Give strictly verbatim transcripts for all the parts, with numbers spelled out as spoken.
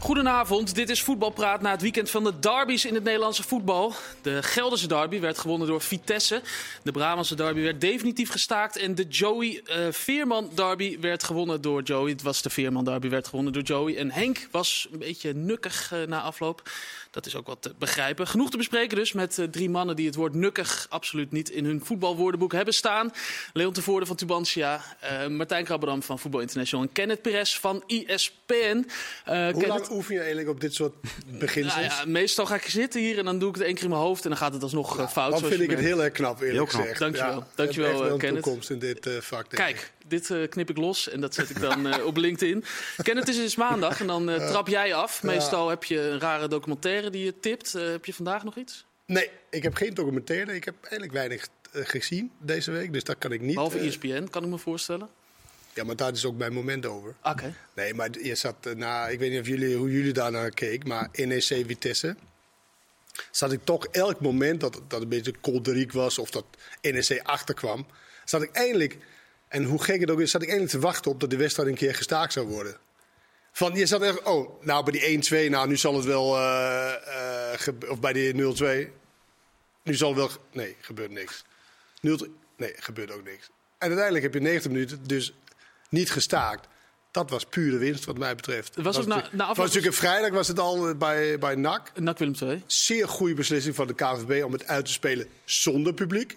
Goedenavond, dit is Voetbalpraat na het weekend van de derbies in het Nederlandse voetbal. De Gelderse derby werd gewonnen door Vitesse. De Brabantse derby werd definitief gestaakt. En de Joey uh, Veerman derby werd gewonnen door Joey. Het was de Veerman derby, werd gewonnen door Joey. En Henk was een beetje nukkig uh, na afloop. Dat is ook wat te begrijpen. Genoeg te bespreken dus met uh, drie mannen die het woord nukkig absoluut niet in hun voetbalwoordenboek hebben staan. Leon Tevoorde van Tubantia, uh, Martijn Krabberdam van Voetbal International en Kenneth Perez van E S P N. Uh, Hoe Kenneth... lang oefen je eigenlijk op dit soort beginsels? Nou ja, meestal ga ik zitten hier en dan doe ik het één keer in mijn hoofd en dan gaat het alsnog ja, uh, fout. Dan vind ik het heel erg knap, eerlijk knap. gezegd. Dankjewel, ja, dankjewel echt wel een Kenneth. toekomst in dit uh, vak. Kijk, dit uh, knip ik los en dat zet ik dan uh, op LinkedIn. Kenneth, het is dus maandag en dan uh, trap jij af. Meestal heb je een rare documentaire die je tipt. Uh, heb je vandaag nog iets? Nee, ik heb geen documentaire. Ik heb eigenlijk weinig uh, gezien deze week, dus dat kan ik niet. Behalve uh, E S P N, kan ik me voorstellen. Ja, maar daar is ook mijn moment over. Oké. Okay. Nee, maar je zat uh, na, ik weet niet of jullie, hoe jullie daar naar keken, maar N E C Vitesse. Zat ik toch elk moment dat dat een beetje kolderiek was of dat N E C achterkwam, zat ik eindelijk, en hoe gek het ook is, zat ik eindelijk te wachten op dat de wedstrijd een keer gestaakt zou worden. Van, je zat echt, oh, nou bij die één twee, nou nu zal het wel, uh, uh, gebe- of bij die nul twee, nu zal het wel, nee, gebeurt niks. nul twee, nee, gebeurt ook niks. En uiteindelijk heb je negentig minuten dus niet gestaakt. Dat was pure winst wat mij betreft. Het was ook na, na afloop... was natuurlijk een vrijdag was het al bij, bij N A C. N A C Willem twee. Zeer goede beslissing van de K N V B om het uit te spelen zonder publiek.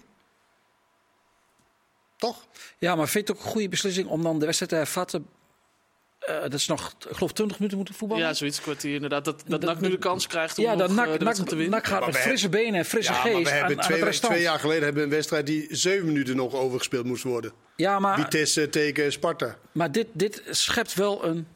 Toch? Ja, maar vind je het ook een goede beslissing om dan de wedstrijd te hervatten? Uh, dat is nog, ik geloof, twintig minuten moeten voetballen. Ja, zoiets kwartier inderdaad. Dat, dat N A C nu de kans krijgt om ja, dat nog, N A C, uh, de wedstrijd te winnen. N A C gaat maar met we frisse benen en frisse ja, geest maar we hebben aan, aan twee, het restant. twee jaar geleden hebben we een wedstrijd die zeven minuten nog overgespeeld moest worden. Ja, maar, Vitesse tegen Sparta. Maar dit, dit schept wel een...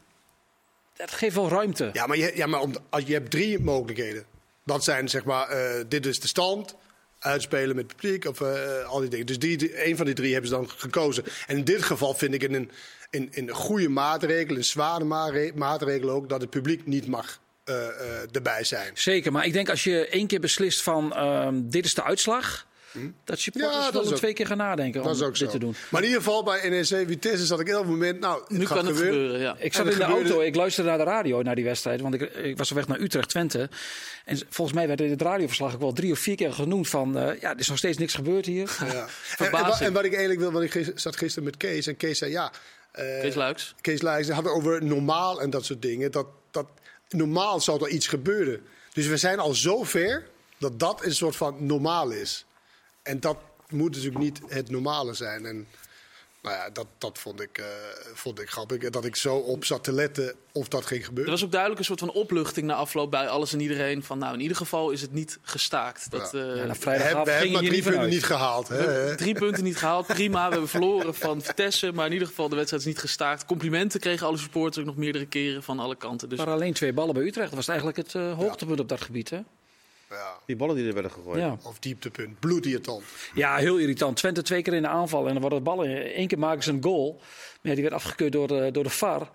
Het geeft wel ruimte. Ja, maar je, ja, maar om, als je hebt drie mogelijkheden. Dat zijn zeg maar, uh, dit is de stand, uitspelen met publiek of uh, al die dingen. Dus die, die, een van die drie hebben ze dan gekozen. En in dit geval vind ik een, een, een goede maatregel, een zware maatregel ook, dat het publiek niet mag uh, uh, erbij zijn. Zeker, maar ik denk als je één keer beslist van uh, dit is de uitslag... Hm? Dat supporters ja, wel ook, twee keer gaan nadenken om dit zo. te doen. Maar in ieder geval bij N E C Vitesse zat ik elk moment... Nou, het nu gaat kan het gebeuren. gebeuren, ja. Ik zat in de gebeurde... auto, ik luisterde naar de radio, naar die wedstrijd. Want ik, ik was op weg naar Utrecht-Twente. En volgens mij werd in het radioverslag ook wel drie of vier keer genoemd van... Uh, ja, er is nog steeds niks gebeurd hier. Ja. en, en, en wat ik eigenlijk wil, want ik gis, zat gisteren met Kees en Kees zei ja... Uh, Kees Luijks. Kees Luijks had het over normaal en dat soort dingen. Dat, dat, normaal zou er iets gebeuren. Dus we zijn al zo ver dat dat een soort van normaal is. En dat moet natuurlijk niet het normale zijn. En nou ja, dat, dat vond, ik, uh, vond ik grappig. Dat ik zo op zat te letten of dat ging gebeuren. Er was ook duidelijk een soort van opluchting na afloop bij alles en iedereen. Van nou, in ieder geval is het niet gestaakt. Dat, ja. uh, ja, we hebben, we hebben maar drie punten niet gehaald. Hè? We hebben drie punten niet gehaald, prima. We hebben verloren van Vitesse. Maar in ieder geval, de wedstrijd is niet gestaakt. Complimenten kregen alle supporters ook nog meerdere keren van alle kanten. Dus... Er waren alleen twee ballen bij Utrecht. Dat was eigenlijk het uh, hoogtepunt ja. op dat gebied, hè? Ja. Die ballen die er werden gegooid. Ja. Of dieptepunt. Bloedirritant. Ja, heel irritant. Twente twee keer in de aanval en dan worden de ballen. Eén keer maken ze een goal. Maar ja, die werd afgekeurd door de, door de V A R.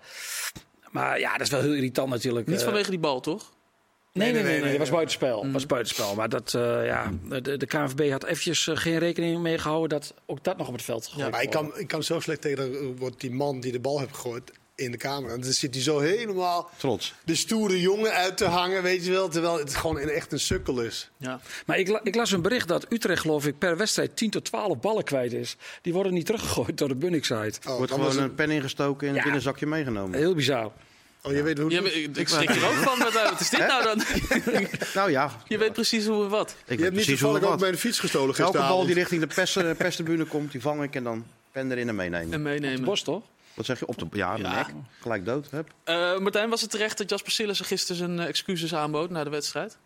Maar ja, dat is wel heel irritant natuurlijk. Niet vanwege die bal, toch? Nee, nee, nee. nee, nee, nee. Dat was buitenspel. Mm. was buitenspel. Maar dat, uh, ja, de, de K N V B had eventjes uh, geen rekening mee gehouden dat ook dat nog op het veld gegooid ja, maar ik kan, ik kan zo slecht tegen wordt die man die de bal heeft gegooid in de camera. En dan zit hij zo helemaal trots de stoere jongen uit te hangen, weet je wel. Terwijl het gewoon echt een sukkel is. Ja. Maar ik, ik las een bericht dat Utrecht, geloof ik, per wedstrijd tien tot twaalf ballen kwijt is. Die worden niet teruggegooid door de Bunnik-site. Oh, wordt gewoon een het... pen ingestoken en ja. een binnenzakje meegenomen. Heel bizar. Oh, je weet hoe ja, ik, ik schrik er ook van. Met, uh, wat is dit nou dan? Nou ja. Je weet precies hoe en wat. Ik je hebt niet toevallig ook bij de fiets gestolen gisteravond. Elke bal die richting de pers, uh, perstribune komt, die vang ik en dan pen erin en meenemen. En meenemen. Op de bos, toch? Wat zeg je? Op de, ja, de ja. nek. Gelijk dood. Hup. Uh, Martijn, was het terecht dat Jasper Sillissen gisteren zijn uh, excuses aanbood na de wedstrijd?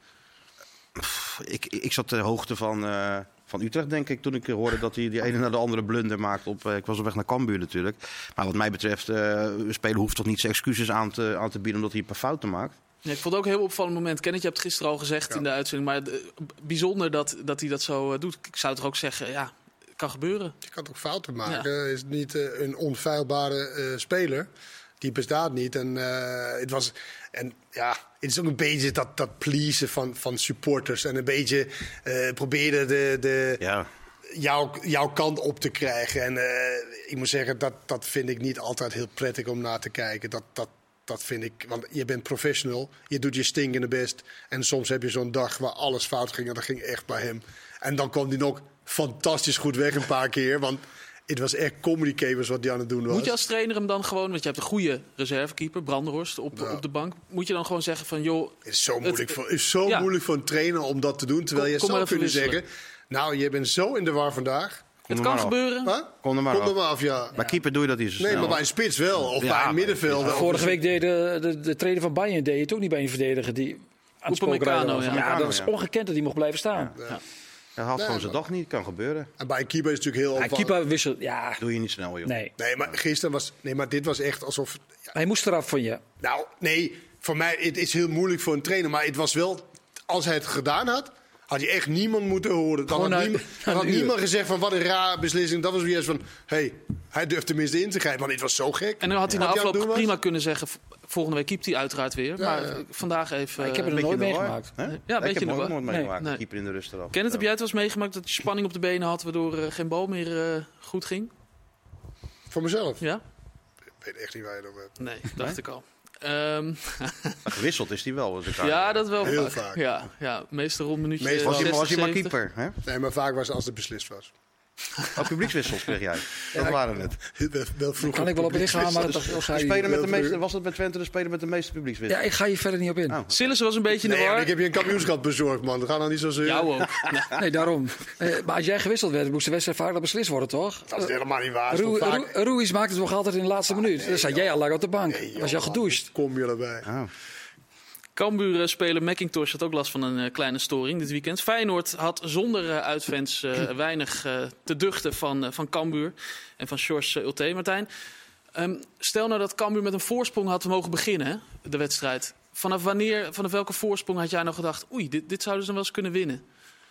Pff, ik, ik zat ter hoogte van, uh, van Utrecht, denk ik, toen ik hoorde dat hij die ene naar de andere blunder maakt. Op, uh, ik was op weg naar Cambuur natuurlijk. Maar wat mij betreft, uh, een speler hoeft toch niet zijn excuses aan te, aan te bieden omdat hij een paar fouten maakt. Ja, ik vond het ook een heel opvallend moment. Kenneth, je hebt het gisteren al gezegd ja. in de uitzending. Maar uh, bijzonder dat, dat hij dat zo uh, doet. Ik zou toch ook zeggen, ja... kan gebeuren. Je kan toch fouten maken. Ja. Is niet uh, een onfeilbare uh, speler. Die bestaat niet. En uh, het was. En ja, het is ook een beetje dat, dat pleasen van, van supporters. En een beetje uh, proberen de, de, ja. jouw, jouw kant op te krijgen. En uh, ik moet zeggen, dat, dat vind ik niet altijd heel prettig om naar te kijken. Dat, dat, dat vind ik... Want je bent professional, je doet je stinkende best. En soms heb je zo'n dag waar alles fout ging. En dat ging echt bij hem. En dan kwam hij nog fantastisch goed weg een paar keer. Want het was echt comedy capers wat hij aan het doen was. Moet je als trainer hem dan gewoon... Want je hebt een goede reservekeeper, Brandenhorst, op, Ja. op de bank. Moet je dan gewoon zeggen van... joh, Het is zo moeilijk, het- voor, is zo ja. moeilijk voor een trainer om dat te doen. Terwijl Kom- je kom maar zou even kunnen wisselen. zeggen... Nou, je bent zo in de war vandaag. het er kan maar af. gebeuren. Huh? Kom er maar Kom er af. maar af, ja. Bij keeper doe je dat niet zo Nee, snel. maar bij een spits wel. Of Ja, bij een bij- middenveld. ja. Of Vorige een- week deed de, de, de trainer van Bayern deed het ook niet bij een verdediger die aan het spookrijden Upamecano, was. ja. Ja, dat is Ja. ongekend dat hij mocht blijven staan. Ja. Ja. Hij haalt Nee, gewoon zijn maar- dag niet, kan gebeuren. En bij een keeper is het natuurlijk heel... Hij opvallend. keeper wissel, ja, Doe je niet snel, joh. nee. Nee, maar gisteren was... Nee, maar dit was echt alsof... Ja, Hij moest eraf van je. nou, nee. Voor mij het is heel moeilijk voor een trainer. Maar het was wel... Als hij het gedaan had... Had hij echt niemand moeten horen. Dan Gewoon had, na- niemand, na dan een had uur. niemand gezegd van wat een raar beslissing. Dat was weer eens van... Hey, hij durft tenminste in te grijpen. Want het was zo gek. En dan had hij Wat na hij aan het afloop doen was. prima kunnen zeggen... v- volgende week keept hij uiteraard weer. Ja, maar ja. eh, vandaag even... ik heb eh, het Beetje nooit in de war, meegemaakt. hè? Ja, ik beetje heb in de hem ook war. nooit Nee, meegemaakt. nee. De keeper in de rust eraf. Kenneth, heb jij het wel eens meegemaakt dat je spanning op de benen had... waardoor eh, geen bal meer eh, goed ging? Voor mezelf. Ja? Ik weet echt niet waar je het over hebt. Nee, dacht ik al. Ehm, Maar gewisseld is hij wel. als ik daar- ja, dat wel Heel vaak. vaak. Ja, ja, meestal rond minuutje Meestal Was hij, zestig, was hij maar zeventig. keeper, hè? Nee, maar vaak was het als het beslist was. Oh, publiekswissels kreeg jij. Dat waren het. Wel, wel vroeger. Kan ik wel op lichaam, maar dat was De ga je. speler met de heel meeste, vroeg. was het bij Twente de speler met de meeste Ja, publiekswissels? ik ga hier verder niet op in. Oh. Sillissen was een beetje in de Nee, war. maar ik heb je een kampioenschap bezorgd, man. Ga nou niet zo zeuren. Jou ook. Nee. Nee, daarom. Eh, maar als jij gewisseld werd, moest de wedstrijd vaak beslist worden, toch? Dat is helemaal niet waar. Zo Ru- vaak... Ru- Ruiz maakte het nog altijd in de laatste minuut. Dan zat jij al lang op de bank. Nee, joh, was je al man, gedoucht. Kom je erbij. Oh. Cambuur-speler McIntosh had ook last van een eh, kleine storing dit weekend. Feyenoord had zonder eh, uitfans eh, weinig eh, te duchten van, eh, van Cambuur en van Sjors uh, Ulte. Martijn, ehm, stel nou dat Cambuur met een voorsprong had mogen beginnen, hè, de wedstrijd. Vanaf wanneer, vanaf welke voorsprong had jij nou gedacht... oei, dit, dit zouden ze dan wel eens kunnen winnen?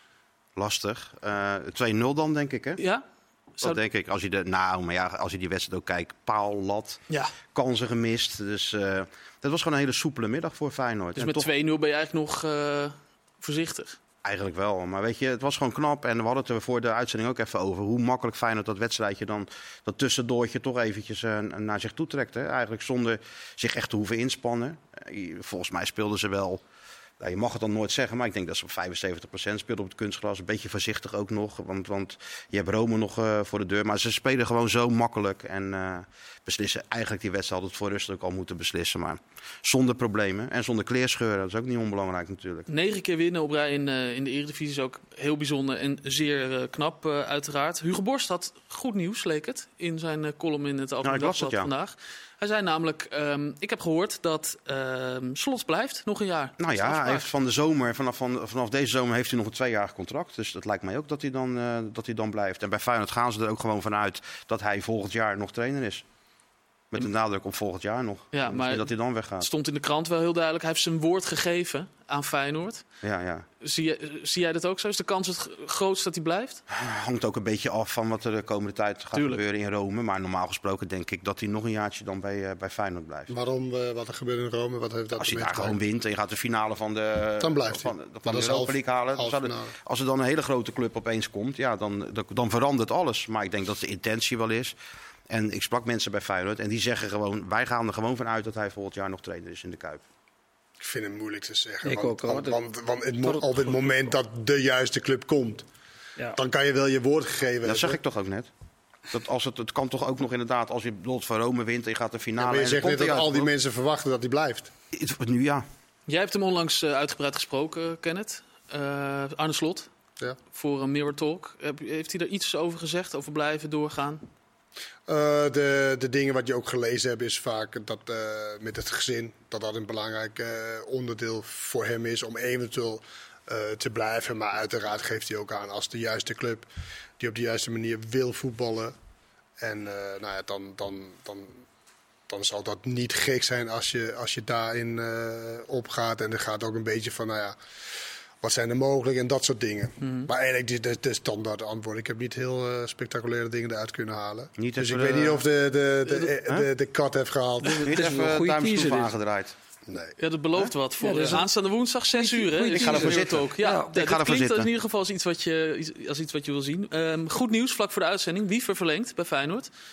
Lastig. Eh, twee nul dan, denk ik, hè? Ja? Dat Zou- denk ik. Als je, de, nou, maar ja, als je die wedstrijd ook kijkt, paal, lat, Ja, kansen gemist. Dus eh dat was gewoon een hele soepele middag voor Feyenoord. dus En met toch twee nul ben je eigenlijk nog eh, voorzichtig. eigenlijk wel. Maar weet je, het was gewoon knap. En we hadden het er voor de uitzending ook even over. Hoe makkelijk Feyenoord dat wedstrijdje dan, dat tussendoortje toch eventjes eh, naar zich toe trekt. Hè? Eigenlijk zonder zich echt te hoeven inspannen. Eh, volgens mij speelden ze wel... Nou, je mag het dan nooit zeggen, maar ik denk dat ze op vijfenzeventig procent speelden op het kunstgras. Een beetje voorzichtig ook nog, want, want je hebt Rome nog uh, voor de deur. Maar ze spelen gewoon zo makkelijk en uh, beslissen eigenlijk die wedstrijd hadden het voor rust ook al moeten beslissen. Maar zonder problemen en zonder kleerscheuren, dat is ook niet onbelangrijk natuurlijk. Negen keer winnen op rij in, uh, in de Eredivisie is ook heel bijzonder en zeer uh, knap uh, uiteraard. Hugo Borst had goed nieuws, leek het, in zijn uh, column in het Algemeen Dagblad ja. vandaag. Hij zei namelijk, um, ik heb gehoord dat um, Slot blijft nog een jaar. Nou ja, hij heeft van de zomer, vanaf, van, vanaf deze zomer heeft hij nog een tweejarig contract. Dus dat lijkt mij ook dat hij, dan, uh, dat hij dan blijft. En bij Feyenoord gaan ze er ook gewoon vanuit dat hij volgend jaar nog trainer is. Met de nadruk op volgend jaar nog. Ja, maar dat hij dan weggaat. Het stond in de krant wel heel duidelijk. Hij heeft zijn woord gegeven aan Feyenoord. Ja, ja. Zie, je, zie jij dat ook zo? Is de kans het grootst dat hij blijft? Hangt ook een beetje af van wat er de komende tijd gaat Tuurlijk. gebeuren in Rome. Maar normaal gesproken denk ik dat hij nog een jaartje dan bij, uh, bij Feyenoord blijft. Waarom, uh, wat er gebeurt in Rome, wat heeft dat Als je ermee daar te gewoon maken? wint en je gaat de finale van de, Dan blijft van, hij. van Dat de is Europa half- League halen. half Dan zou finale. het- als er dan een hele grote club opeens komt, ja, dan, dan, dan verandert alles. Maar ik denk dat de intentie wel is. En ik sprak mensen bij Feyenoord en die zeggen gewoon... wij gaan er gewoon vanuit dat hij volgend jaar nog trainer is in de Kuip. Ik vind het moeilijk te zeggen. Ik want, ook, hoor. want, want, want het mo- Tot- op het moment dat de juiste club komt, Ja. dan kan je wel je woord gegeven Dat hebben. zeg ik toch ook net. Dat als het, het kan toch ook nog inderdaad, als je bijvoorbeeld van Rome wint en je gaat de Ja, finale... maar je en zegt er net komt dat hij al die uit. mensen verwachten dat hij blijft. Het- Nu ja. Jij hebt hem onlangs uh, uitgebreid gesproken, Kenneth. Uh, Arne Slot, Ja. voor een Mirror Talk. Heb, heeft hij er iets over gezegd, over blijven doorgaan? Uh, de, de dingen wat je ook gelezen hebt is vaak dat uh, met het gezin, dat dat een belangrijk uh, onderdeel voor hem is om eventueel uh, te blijven. Maar uiteraard geeft hij ook aan als de juiste club die op de juiste manier wil voetballen. En uh, nou ja, dan, dan, dan, dan zal dat niet gek zijn als je, als je daarin uh, opgaat. En er gaat ook een beetje van, nou ja, wat zijn er mogelijk en dat soort dingen. Mm-hmm. Maar eigenlijk de, de standaard antwoord. Ik heb niet heel uh, spectaculaire dingen eruit kunnen halen. Niet dus ik even weet de- niet of de, de, de, de, Huh? de, de kat heeft gehaald. Niet is even wel een goede duimschroef teaser, dit. aangedraaid. Nee. Ja, dat belooft wat voor Ja, dat is uh, een- aanstaande woensdag, zes uur. Hè? goeie Is Ik ga ervoor Mirror zitten. Talk. Ja, Ja, ja, ik dat ga ervoor klinkt zitten. in ieder geval als iets wat je, als iets wat je wil zien. Um, goed nieuws, vlak voor de uitzending. Wiever verlengd bij Feyenoord.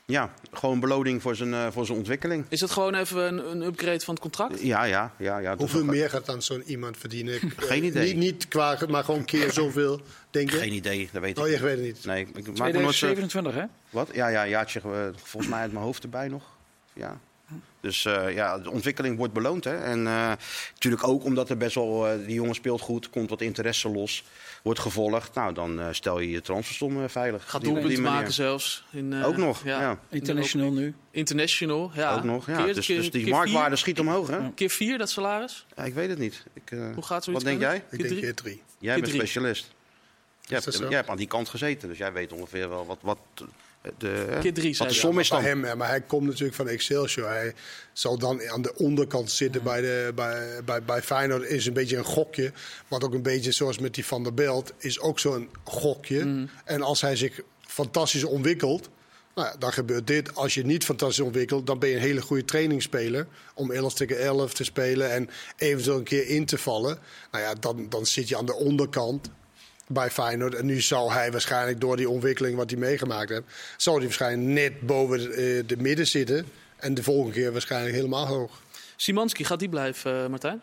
Ja, gewoon beloning voor zijn, uh, voor zijn ontwikkeling. Is het gewoon even een, een upgrade van het contract? Ja, ja. ja, ja Hoeveel meer gaat dan zo'n iemand verdienen? Geen idee. Niet, niet qua, maar gewoon een keer zoveel, denk je? Geen idee, dat weet ik Oh, je niet. weet het niet. Nee, ik maak me nooit... tweeduizend zevenentwintig, hè? Wat? Ja, ja, jaartje, uh, volgens mij uit mijn hoofd erbij nog. Ja. Dus uh, ja, de ontwikkeling wordt beloond. Hè? En uh, natuurlijk ook omdat er best wel... Uh, die jongen speelt goed, komt wat interesse los, wordt gevolgd. Nou, dan uh, stel je je transfersom uh, veilig. Gaat Die- op die doelpunten manier. maken zelfs. In, uh, Ook nog, ja. International nu. International, ja. Ook nog, ja. Keer- dus, keer- dus die keer marktwaarde vier? schiet omhoog, hè? Keer vier, dat salaris? Ja, ik weet het niet. Ik, uh, Hoe gaat zoiets? Wat denk jij? Ik Keer denk drie? keer drie. Jij Keer bent drie. specialist. Jij dat hebt, zo? jij hebt aan die kant gezeten, dus jij weet ongeveer wel wat, wat de, Keer drie, wat zei de je. som is Bij dan. hem, hè, maar hij komt natuurlijk van Excelsior. Hij zal dan aan de onderkant zitten bij, de, bij, bij, bij Feyenoord. Is een beetje een gokje. Wat ook een beetje zoals met die Van der Belt is ook zo'n gokje. Mm. En als hij zich fantastisch ontwikkelt, nou ja, dan gebeurt dit. Als je niet fantastisch ontwikkelt, dan ben je een hele goede trainingsspeler. Om elf tegen elf te spelen en eventueel een keer in te vallen. Nou ja, dan, dan zit je aan de onderkant bij Feyenoord. En nu zal hij waarschijnlijk door die ontwikkeling wat hij meegemaakt heeft, zal hij waarschijnlijk net boven de, de midden zitten. En de volgende keer waarschijnlijk helemaal hoog. Simanski, gaat die blijven, uh, Martijn?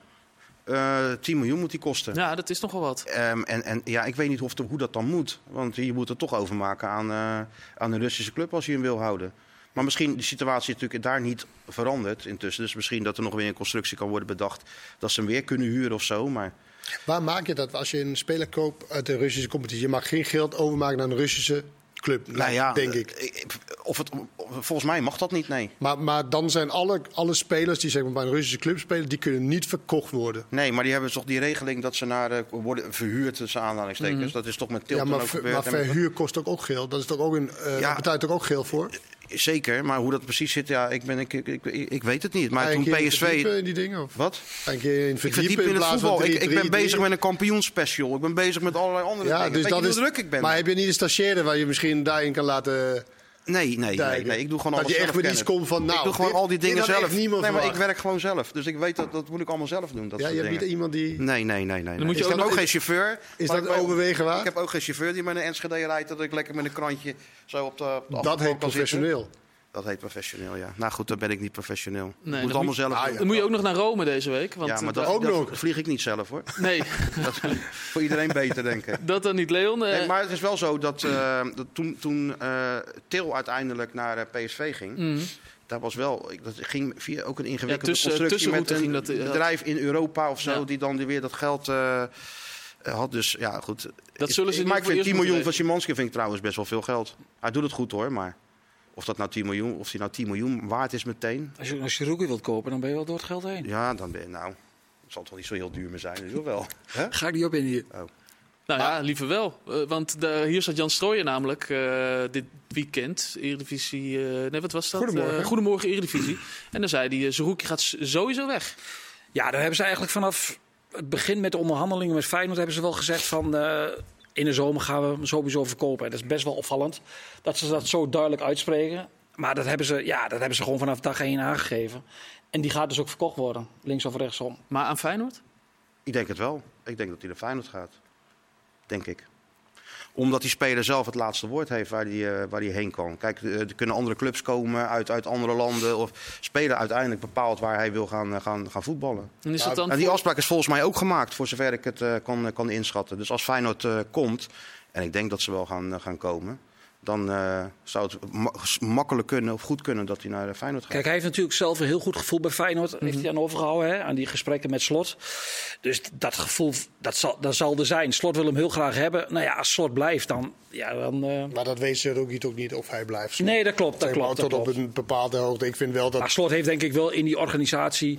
Uh, tien miljoen moet die kosten. Ja, dat is nog wel wat. Um, en, en ja, ik weet niet of de, hoe dat dan moet. Want je moet het toch overmaken aan, uh, aan een Russische club als je hem wil houden. Maar misschien de situatie natuurlijk daar niet veranderd intussen. Dus misschien dat er nog weer een constructie kan worden bedacht dat ze hem weer kunnen huren of zo. Maar Waar maak je dat als je een speler koopt uit de Russische competitie? Je mag geen geld overmaken naar een Russische club, nou ja, denk ik. Of het, volgens mij mag dat niet, nee. Maar, maar dan zijn alle, alle spelers die zeg maar, bij een Russische club spelen, die kunnen niet verkocht worden. Nee, maar die hebben toch die regeling dat ze naar, uh, worden verhuurd tussen aanhalingstekens. Mm-hmm. Dat is toch met Tilton Ja, maar, ook ver, gebeurd. maar verhuur kost ook, ook geld. Dat is toch ook een, uh, Ja. betaalt toch ook geld voor? Zeker, maar hoe dat precies zit, ja, ik, ben, ik, ik, ik, ik weet het niet. Maar Ga je toen een keer P S V... verdiepen in die dingen? Of? Wat? Ga je een keer in Ik verdiepen verdiep in in het plaats van voetbal. Ik, drie, ik ben drie, bezig drie? met een kampioenspecial. Ik ben bezig met allerlei andere Ja, dingen. dus Weet dat je hoe is, druk ik ben? maar heb je niet een stagiaire waar je misschien daarin kan laten Nee, nee, nee, duiken? nee. Ik doe gewoon dat alles je echt zelf met iets kennen. komt van, nou, ik doe gewoon dit- al die dit dingen had echt zelf. niemand Nee, maar ik verwacht. werk gewoon zelf. Dus ik weet dat dat moet ik allemaal zelf doen. Dat Ja, soort je hebt dingen. niet iemand die... Nee, nee, nee, nee. Dan moet je ik ook heb nog- ook geen chauffeur. Is maar dat ik ben- overwegen waar? Ik heb ook geen chauffeur die met een Enschede rijdt. Dat ik lekker met een krantje zo op de, op de Dat achterbank heet kan zitten. professioneel. Dat heet professioneel, ja. Nou goed, dan ben ik niet professioneel. Ik moet dan het allemaal moet- zelf Ah, doen. ja. Dan moet je ook nog naar Rome deze week. Want Ja, maar eh, dat, ook dat nog. vlieg ik niet zelf, hoor. Nee, Dat is voor iedereen beter, denk ik. dat dan niet, Leon. Eh, Nee, maar het is wel zo dat, uh, dat toen, toen uh, Til uiteindelijk naar uh, P S V ging... mm. Daar was wel, dat ging via ook een ingewikkelde Ja, tussen- constructie met tussenroute een ging dat, uh, bedrijf in Europa of zo, Ja. die dan weer dat geld uh, had. Dus ja, goed. Dat zullen ze Ik- in maar ieder ik vind geval eerst tien miljoen moeten van Szymanski vind ik trouwens best wel veel geld. Hij doet het goed, hoor, maar of dat nou tien miljoen, of die nou tien miljoen waard is meteen, Als je, als je Rookie wilt kopen, dan ben je wel door het geld heen. ja, dan ben je nou. Het zal toch niet zo heel duur meer zijn, dus wel wel. Hè? Ga ik niet op in hier. Nou ja, liever wel. Uh, want de, hier zat Jan Strooijen namelijk uh, dit weekend. Eredivisie, uh, nee, wat was dat? Goedemorgen. Uh, Goedemorgen Eredivisie. En dan zei hij, uh, Zerouki gaat s- sowieso weg. Ja, daar hebben ze eigenlijk vanaf het begin met de onderhandelingen met Feyenoord hebben ze wel gezegd van uh, in de zomer gaan we hem sowieso verkopen. En dat is best wel opvallend dat ze dat zo duidelijk uitspreken. Maar dat hebben ze, ja, dat hebben ze gewoon vanaf dag één aangegeven. En die gaat dus ook verkocht worden, links of rechtsom. Maar aan Feyenoord? Ik denk het wel. Ik denk dat hij naar Feyenoord gaat. Denk ik. Omdat die speler zelf het laatste woord heeft waar hij uh, waar die heen kan. Kijk, uh, er kunnen andere clubs komen uit, uit andere landen. Of speler uiteindelijk bepaalt waar hij wil gaan, uh, gaan, gaan voetballen. En is Ja, dat dan En die voor- afspraak is volgens mij ook gemaakt, voor zover ik het uh, kan, kan inschatten. Dus als Feyenoord uh, komt, en ik denk dat ze wel gaan, uh, gaan komen... dan uh, zou het ma- makkelijk kunnen of goed kunnen dat hij naar Feyenoord gaat. Kijk, hij heeft natuurlijk zelf een heel goed gevoel bij Feyenoord. Heeft hij aan overgehouden, hè? Aan die gesprekken met Slot. Dus dat gevoel, dat zal, dat zal er zijn. Slot wil hem heel graag hebben. Nou ja, als Slot blijft, dan... Ja, dan uh... Maar dat weet ze ook niet, ook niet of hij blijft. Nee, dat klopt. Dat Zeg maar, klopt, dat tot klopt. op een bepaalde hoogte. Ik vind wel dat... Maar Slot heeft denk ik wel in die organisatie...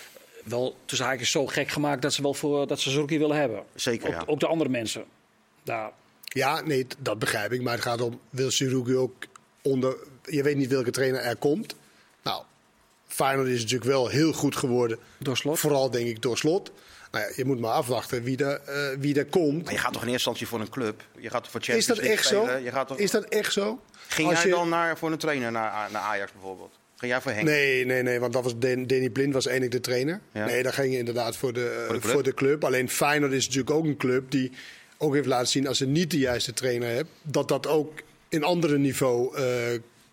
wel tussen haakjes zo gek gemaakt dat ze wel voor dat ze Zerouki willen hebben. Zeker, ook, ja. ook de andere mensen. Daar. Ja, nee, t- dat begrijp ik. Maar het gaat om, wil Zerouki ook onder... Je weet niet welke trainer er komt. Nou, Feyenoord is natuurlijk wel heel goed geworden. Door Slot. Vooral denk ik door Slot. Nou ja, je moet maar afwachten wie er, uh, wie er komt. Maar je gaat toch in eerste instantie voor een club? Je gaat toch voor Champions Is dat League echt zo? spelen? Je gaat toch... Is dat echt zo? Ging Als jij je- dan naar, voor een trainer naar, naar Ajax bijvoorbeeld? Ging jij voor Henk? Nee, nee, nee, want dat was Dan- Danny Blind was eigenlijk de trainer. Ja. Nee, dan ging je inderdaad voor de, Voor de club. voor de club. Alleen Feyenoord is natuurlijk ook een club die ook heeft laten zien... als ze niet de juiste trainer hebt, dat dat ook in andere niveau uh,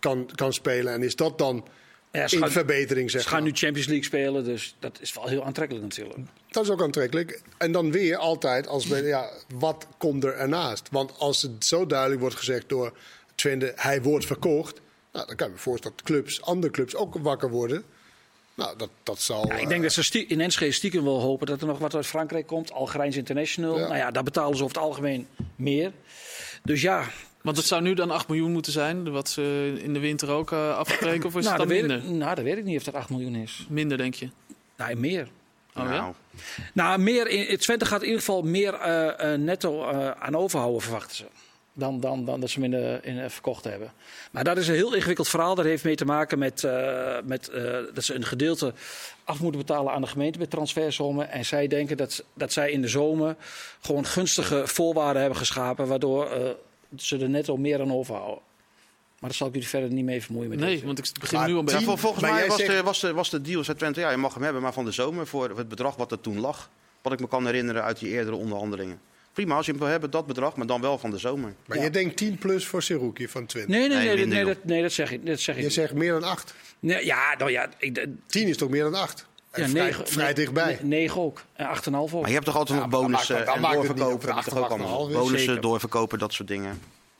kan, kan spelen. En is dat dan Ja, ze in gaan, verbetering, zeg ze gaan maar. nu Champions League spelen, dus dat is wel heel aantrekkelijk natuurlijk. Dat is ook aantrekkelijk. En dan weer altijd, als we, ja, wat komt er ernaast? Want als het zo duidelijk wordt gezegd door Twente, hij wordt verkocht. Nou, dan kan je me voorstellen dat clubs, andere clubs ook wakker worden. Nou, dat, dat zal... Ja, ik denk dat ze stie- in Enschede stiekem wel hopen dat er nog wat uit Frankrijk komt. Algerijns International. Ja. Nou ja, daar betalen ze over het algemeen meer. Dus ja... Want het zou nu dan acht miljoen moeten zijn, wat ze in de winter ook uh, afspreken. Of is nou, het dat dan weet minder? ik, nou, dat weet ik niet of dat acht miljoen is. Minder, denk je? Nee, meer. Oh, ja? Nou, Nou, meer in, Twente gaat in ieder geval meer uh, uh, netto uh, aan overhouden, verwachten ze. Dan, dan, dan dat ze hem in de, in de verkocht hebben. Maar dat is een heel ingewikkeld verhaal. Dat heeft mee te maken met, uh, met uh, dat ze een gedeelte af moeten betalen aan de gemeente met transfersommen. En zij denken dat, dat zij in de zomer gewoon gunstige voorwaarden hebben geschapen. Waardoor uh, ze er netto meer aan overhouden. Maar daar zal ik jullie verder niet mee vermoeien met Nee, deze. want ik begin Maar nu al een ja, beetje... vol- volgens Maar mij jij was, zegt- de, was, de, was de deal, zei Twente, ja, je mag hem hebben, maar van de zomer voor het bedrag wat er toen lag. Wat ik me kan herinneren uit die eerdere onderhandelingen. Prima, als je hem wil hebben, dat bedrag, maar dan wel van de zomer. Maar Ja. je denkt tien plus voor Seruki van Twente. Nee, nee, Nee, nee, nee, minder, nee, joh. dat, nee, dat zeg ik, dat zeg ik Je niet. zegt meer dan acht. Nee, ja, nou ja, ik, tien is toch meer dan acht? En ja, vrij, negen, vrij ne- dichtbij. ne- negen ook. En acht komma vijf ook. Maar je hebt toch altijd Ja, nog maar dan bonussen maakt het- dan en maakt het niet doorverkopen. of het Die toch ook acht of acht allemaal. komma vijf is. Bonussen, Zeker. doorverkopen, dat soort dingen.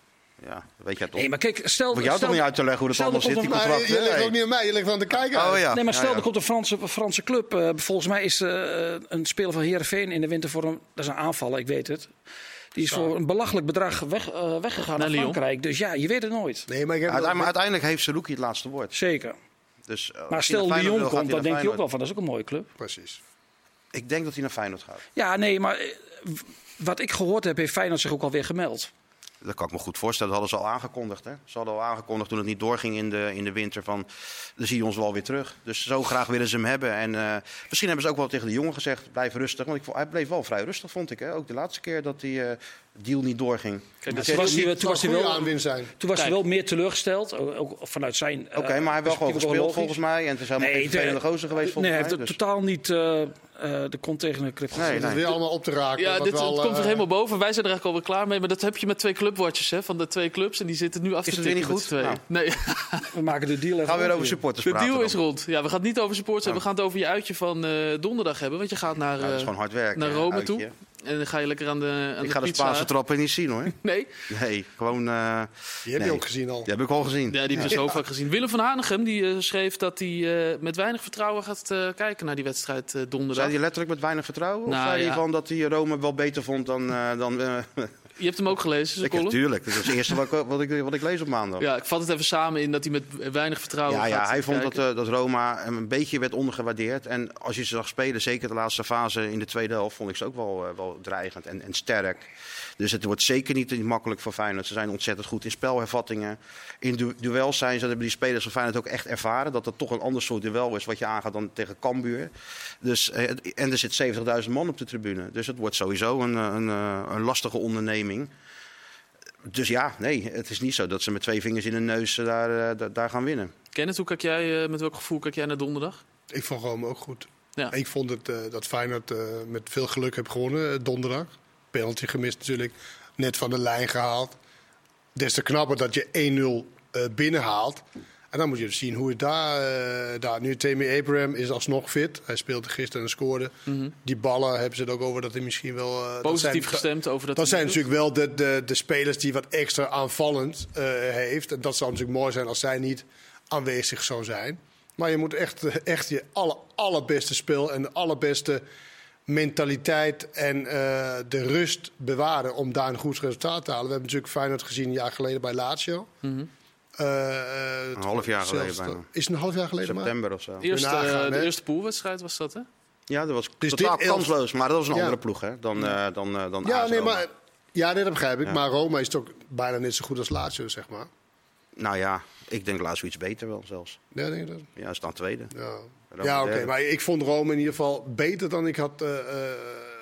Ja, weet jij toch? Nee, maar kijk, stel... Voor jou stel, toch niet uit te leggen hoe het stel, allemaal er zit, die komt Maar contracten? je ligt Nee. ook niet aan mij, je ligt aan de kijker. Oh ja. Nee, maar stel, ja, ja. er komt een Franse, Franse club. Uh, volgens mij is uh, een speler van Heerenveen in de winter voor een... Dat is een aanvaller, ik weet het. Die is Zo. voor een belachelijk bedrag weg, uh, weggegaan naar Lyon. Frankrijk. Dus ja, je weet het nooit. Nee, maar ik heb Uiteindelijk, maar uiteindelijk heeft Seruki het laatste woord. Zeker. Dus, uh, Maar als hij stel naar Feyenoord Lyon wil, gaat komt, hij dan naar denk je ook Feyenoord. wel van, dat is ook een mooie club. Precies. Ik denk dat hij naar Feyenoord gaat. Ja, nee, maar uh, wat ik gehoord heb, heeft Feyenoord zich ook alweer gemeld. Dat kan ik me goed voorstellen. Dat hadden ze al aangekondigd. Hè? Ze hadden al aangekondigd toen het niet doorging in de, in de winter. Van, dan zie je ons wel weer terug. Dus zo graag willen ze hem hebben. En uh, misschien hebben ze ook wel tegen de jongen gezegd, blijf rustig. Want ik, vond- hij bleef wel vrij rustig, vond ik. Hè? Ook de laatste keer dat die uh, deal niet doorging. Kijk, Maar dat toen is- was hij, Het toen was hij zou een wel, goede aanwinst zijn. toen was hij Kijk. wel meer teleurgesteld. Ook ook vanuit zijn... Oké, okay, maar hij heeft wel gewoon gespeeld volgens mij. En het is helemaal geen vervelende gozer geweest volgens Nee, hij mij. heeft Dus- totaal niet uh, uh, de kont tegen de krip Nee, Dat nee. is weer allemaal op te raken. Ja, wat dit, wel, het komt er eh, helemaal boven. Wij zijn er eigenlijk alweer klaar mee. Maar dat heb je met twee clubwatches, hè, van de twee clubs. En die zitten nu af te Is het weer tikken niet met goed? z'n tweeën. Nou. Nee, We maken de deal even Gaan we weer rond over hier. supporters de praten deal dan. is rond. Ja, we gaan het niet over supporters hebben. We gaan het over je uitje van uh, donderdag hebben. Want je gaat naar, Ja, dat is uh, gewoon hard werk. naar hè, Rome uitje. toe. En dan ga je lekker aan de, aan Ik ga de pizza. Spaanse trappen niet zien hoor. Nee, Nee, gewoon... Uh, Die heb je Nee. ook gezien al. die heb ik al gezien. ja, die heb je zo vaak gezien. Willem van Hanegem die, uh, schreef dat hij uh, met weinig vertrouwen gaat uh, kijken naar die wedstrijd uh, donderdag. Zei hij letterlijk met weinig vertrouwen? Nou, of zei ja. hij van dat hij Rome wel beter vond dan... Uh, dan uh, Je hebt hem ook gelezen, zijn ik, column? natuurlijk, dat is het eerste wat ik, wat, ik, wat ik lees op maandag. Ja, ik vat het even samen in dat hij met weinig vertrouwen Ja, ja, gaat hij vond dat, kijken. uh, dat Roma een beetje werd ondergewaardeerd. En als je ze zag spelen, zeker de laatste fase in de tweede helft, vond ik ze ook wel, uh, wel dreigend en, en sterk. Dus het wordt zeker niet makkelijk voor Feyenoord. Ze zijn ontzettend goed in spelhervattingen. In du duels zijn ze, dat hebben die spelers van Feyenoord ook echt ervaren. Dat het toch een ander soort duel is wat je aangaat dan tegen Cambuur. Dus, uh, en er zit zeventigduizend man op de tribune. Dus het wordt sowieso een, een, een lastige onderneming. Dus ja, nee, het is niet zo dat ze met twee vingers in hun neus uh, daar, uh, daar gaan winnen. Kenneth, hoe kijk jij, uh, met welk gevoel kijk jij naar donderdag? Ik vond Rome ook goed. Ja. Ik vond het, uh, dat Feyenoord uh, met veel geluk heeft gewonnen uh, donderdag. Penalty gemist natuurlijk. Net van de lijn gehaald. Des te knapper dat je één nul uh, binnenhaalt. En dan moet je dus zien hoe het daar... Uh, daar nu Tammy Abraham is alsnog fit. Hij speelde gisteren en scoorde. Mm-hmm. Die ballen hebben ze het ook over dat hij misschien wel... Uh, dat Positief zijn, gestemd over dat. Dat zijn hij doet. natuurlijk wel de, de, de spelers die wat extra aanvallend uh, heeft. En dat zou natuurlijk mooi zijn als zij niet aanwezig zou zijn. Maar je moet echt, uh, echt je aller, allerbeste spel en de allerbeste mentaliteit en uh, de rust bewaren om daar een goed resultaat te halen. We hebben natuurlijk Feyenoord gezien een jaar geleden bij Lazio. Mm-hmm. Uh, uh, Een half jaar geleden zelfs, bijna. Is het een half jaar geleden maar? September of zo. Eerste, Kun je nagaan, uh, de hè? eerste poolwedstrijd was dat, hè? Ja, dat was Dus totaal dit elf- kansloos. Maar dat was een Ja. andere ploeg hè, dan, uh, dan, uh, dan Ja, A S nee, Roma. maar, ja, nee, dat begrijp ik. Ja. Maar Roma is toch bijna net zo goed als Lazio, zeg maar. Nou ja, ik denk Lazio iets beter wel zelfs. Ja, denk je dat? Ja, ze staan tweede. Ja, Roma ja oké. derde. Maar ik vond Rome in ieder geval beter dan ik had uh, uh,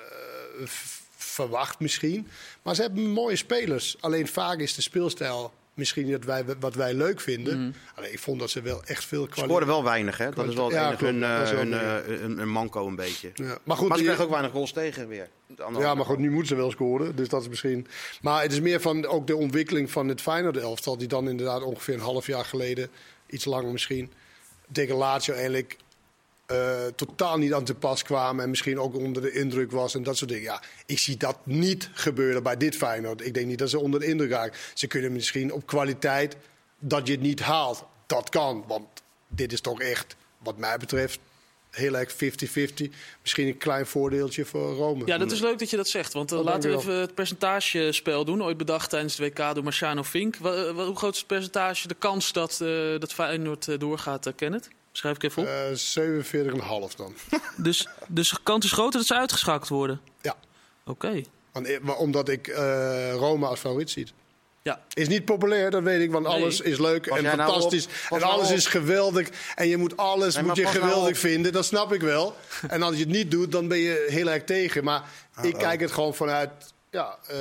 v- verwacht misschien. Maar ze hebben mooie spelers. Alleen vaak is de speelstijl misschien dat wij, wat wij leuk vinden. Mm. Alleen, ik vond dat ze wel echt veel Ze kwaliteit... scoren wel weinig, hè? Dat is wel het Ja, enige klopt. hun, Dat is uh, wel hun, weer. uh, een, een manco een beetje. Ja. Maar goed, Maar ze die- krijgen ook weinig goals tegen weer. Ja, maar goed, nu moeten ze wel scoren. Dus dat is misschien... Maar het is meer van ook de ontwikkeling van het Feyenoord-elftal... die dan inderdaad ongeveer een half jaar geleden, iets langer misschien... tegen Lazio eigenlijk uh, totaal niet aan te pas kwamen... en misschien ook onder de indruk was en dat soort dingen. Ja, ik zie dat niet gebeuren bij dit Feyenoord. Ik denk niet dat ze onder de indruk raken. Ze kunnen misschien op kwaliteit dat je het niet haalt. Dat kan, want dit is toch echt, wat mij betreft... heel erg vijftig vijftig. Misschien een klein voordeeltje voor Rome. Ja, dat is leuk dat je dat zegt. Want uh, Dat laten we denk ik even het percentagespel doen. Ooit bedacht tijdens het W K door Marciano Fink. Wa- wa- hoe groot is het percentage, de kans dat, uh, dat Feyenoord uh, doorgaat, uh, Kenneth? Schrijf ik even op. Uh, zevenenveertig komma vijf dan. Dus, dus de kans is groter dat ze uitgeschakeld worden? Ja. Oké. Okay. Want, eh, omdat ik uh, Roma als favoriet zie. Ja. Is niet populair, dat weet ik, want Nee. alles is leuk Pas en jij nou fantastisch. op? Pas en nou alles op? is geweldig. En je moet alles Nee, moet maar je pas nou geweldig op. vinden, dat snap ik wel. En als je het niet doet, dan ben je heel erg tegen. Maar ik oh. kijk het gewoon vanuit... Ja, uh,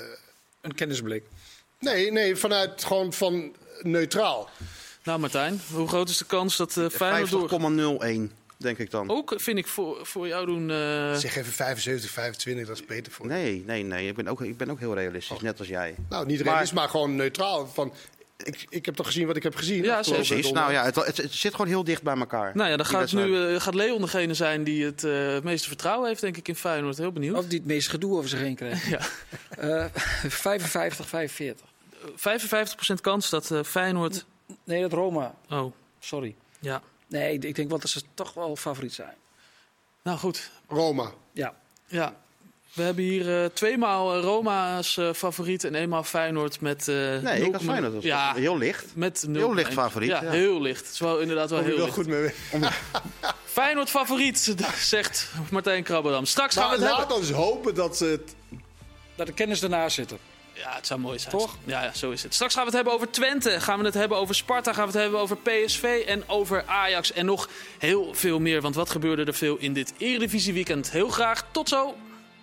Een kennisblik. nee, nee, vanuit gewoon van neutraal. Nou Martijn, hoe groot is de kans dat uh, Feyenoord vijftig door... komma nul één, denk ik dan. Ook vind ik voor, voor jou doen... Uh... Zeg even vijfenzeventig, vijfentwintig, dat is beter voor je. Nee, nee, nee. Ik ben ook, ik ben ook heel realistisch, net als jij. Nou, niet Maar- realistisch, maar gewoon neutraal. Van, ik, ik heb toch gezien wat ik heb gezien? Ja, afgelopen Precies. donderdag. Nou ja, het, het, het zit gewoon heel dicht bij elkaar. Nou ja, dan Die gaat, nu, wedstrijd. uh, gaat Leon degene zijn die het uh, meeste vertrouwen heeft, denk ik, in Feyenoord. Heel benieuwd. Of die het meeste gedoe over zich heen krijgt. Ja. Uh, vijfenvijftig, vijfenveertig. vijfenvijftig procent kans dat uh, Feyenoord... Nee, dat Roma. Oh, Sorry. ja. Nee, ik, ik denk wel dat ze toch wel favoriet zijn. Nou goed. Roma. Ja. Ja. We hebben hier uh, tweemaal uh, Roma als uh, favoriet en eenmaal Feyenoord met... Uh, Nee, ik nul, had Feyenoord. Dat is ja, heel licht. met nul, Heel licht favoriet, Ja, ja. heel licht. Het is wel inderdaad wel Kom ik heel wel licht. goed mee. Feyenoord favoriet, zegt Martijn Krabberdam. Straks gaan Maar we het laat hebben... ons hopen dat ze het... Dat de kennis ernaast zitten. Ja, het zou mooi zijn. Toch? Ja, ja, zo is het. Straks gaan we het hebben over Twente. Gaan we het hebben over Sparta. Gaan we het hebben over P S V en over Ajax. En nog heel veel meer. Want wat gebeurde er veel in dit Eredivisie weekend? Heel graag. Tot zo.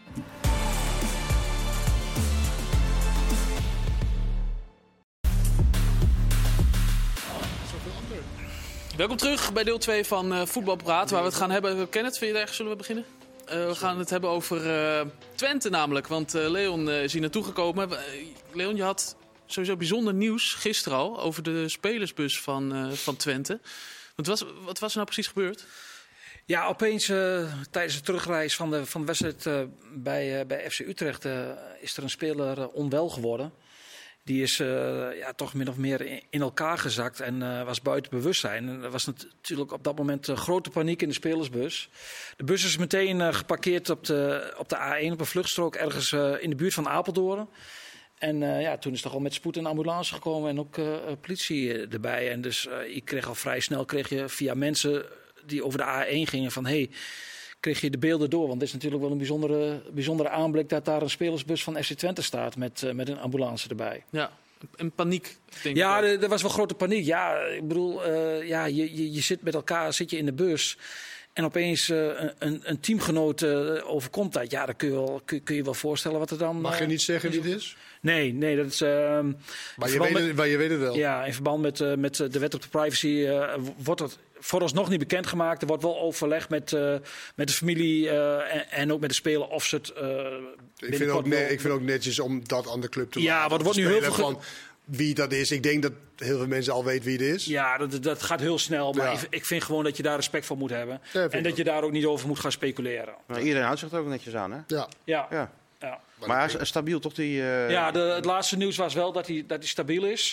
Welkom terug bij deel twee van uh, Voetbalpraat. Waar we het gaan hebben. Kenneth, vind je het erg? Zullen we beginnen? Uh, we gaan het hebben over uh, Twente namelijk. Want uh, Leon uh, is hier naartoe gekomen. Uh, Leon, je had sowieso bijzonder nieuws gisteren al over de spelersbus van, uh, van Twente. Wat was, wat was er nou precies gebeurd? Ja, opeens uh, tijdens de terugreis van de, van de wedstrijd uh, bij, uh, bij F C Utrecht uh, is er een speler uh, onwel geworden. Die is uh, ja, toch min of meer in, in elkaar gezakt en uh, was buiten bewustzijn. En er was natuurlijk op dat moment uh, grote paniek in de spelersbus. De bus is meteen uh, geparkeerd op de, op de A één op een vluchtstrook ergens uh, in de buurt van Apeldoorn. En uh, ja, toen is toch al met spoed een ambulance gekomen en ook uh, politie erbij. En dus uh, ik kreeg al vrij snel kreeg je via mensen die over de A één gingen van... Hey, kreeg je de beelden door. Want het is natuurlijk wel een bijzondere, bijzondere aanblik dat daar een spelersbus van F C Twente staat met, uh, met een ambulance erbij. Ja, en paniek, denk Ja, ik. er, er was wel grote paniek. Ja, ik bedoel, uh, ja, je, je, je zit met elkaar, zit je in de bus en opeens uh, een, een teamgenoot uh, overkomt dat. Ja, dan kun je, wel, kun, kun je wel voorstellen wat er dan... Mag je niet zeggen wie het is? Nee, nee, dat is... Uh, Maar je, weet het, maar je weet het wel. Ja, in verband met, uh, met de wet op de privacy uh, wordt het vooralsnog niet bekendgemaakt. Er wordt wel overlegd met, uh, met de familie uh, en, en ook met de speler of ze het uh, ik, vind ook ne- ik vind ook netjes om dat aan de club te Ja, laten. want er wordt nu heel veel ge- Gewoon wie dat is. Ik denk dat heel veel mensen al weten wie het is. Ja, dat, dat gaat heel snel. Maar Ja. ik, ik vind gewoon dat je daar respect voor moet hebben. Ja, vind en ik dat ook. je daar ook niet over moet gaan speculeren. Maar iedereen houdt zich er ook netjes aan, hè? Ja. Ja, Ja. ja. Maar hij is stabiel, toch? Die, uh... ja de, het laatste nieuws was wel dat hij, dat hij stabiel is.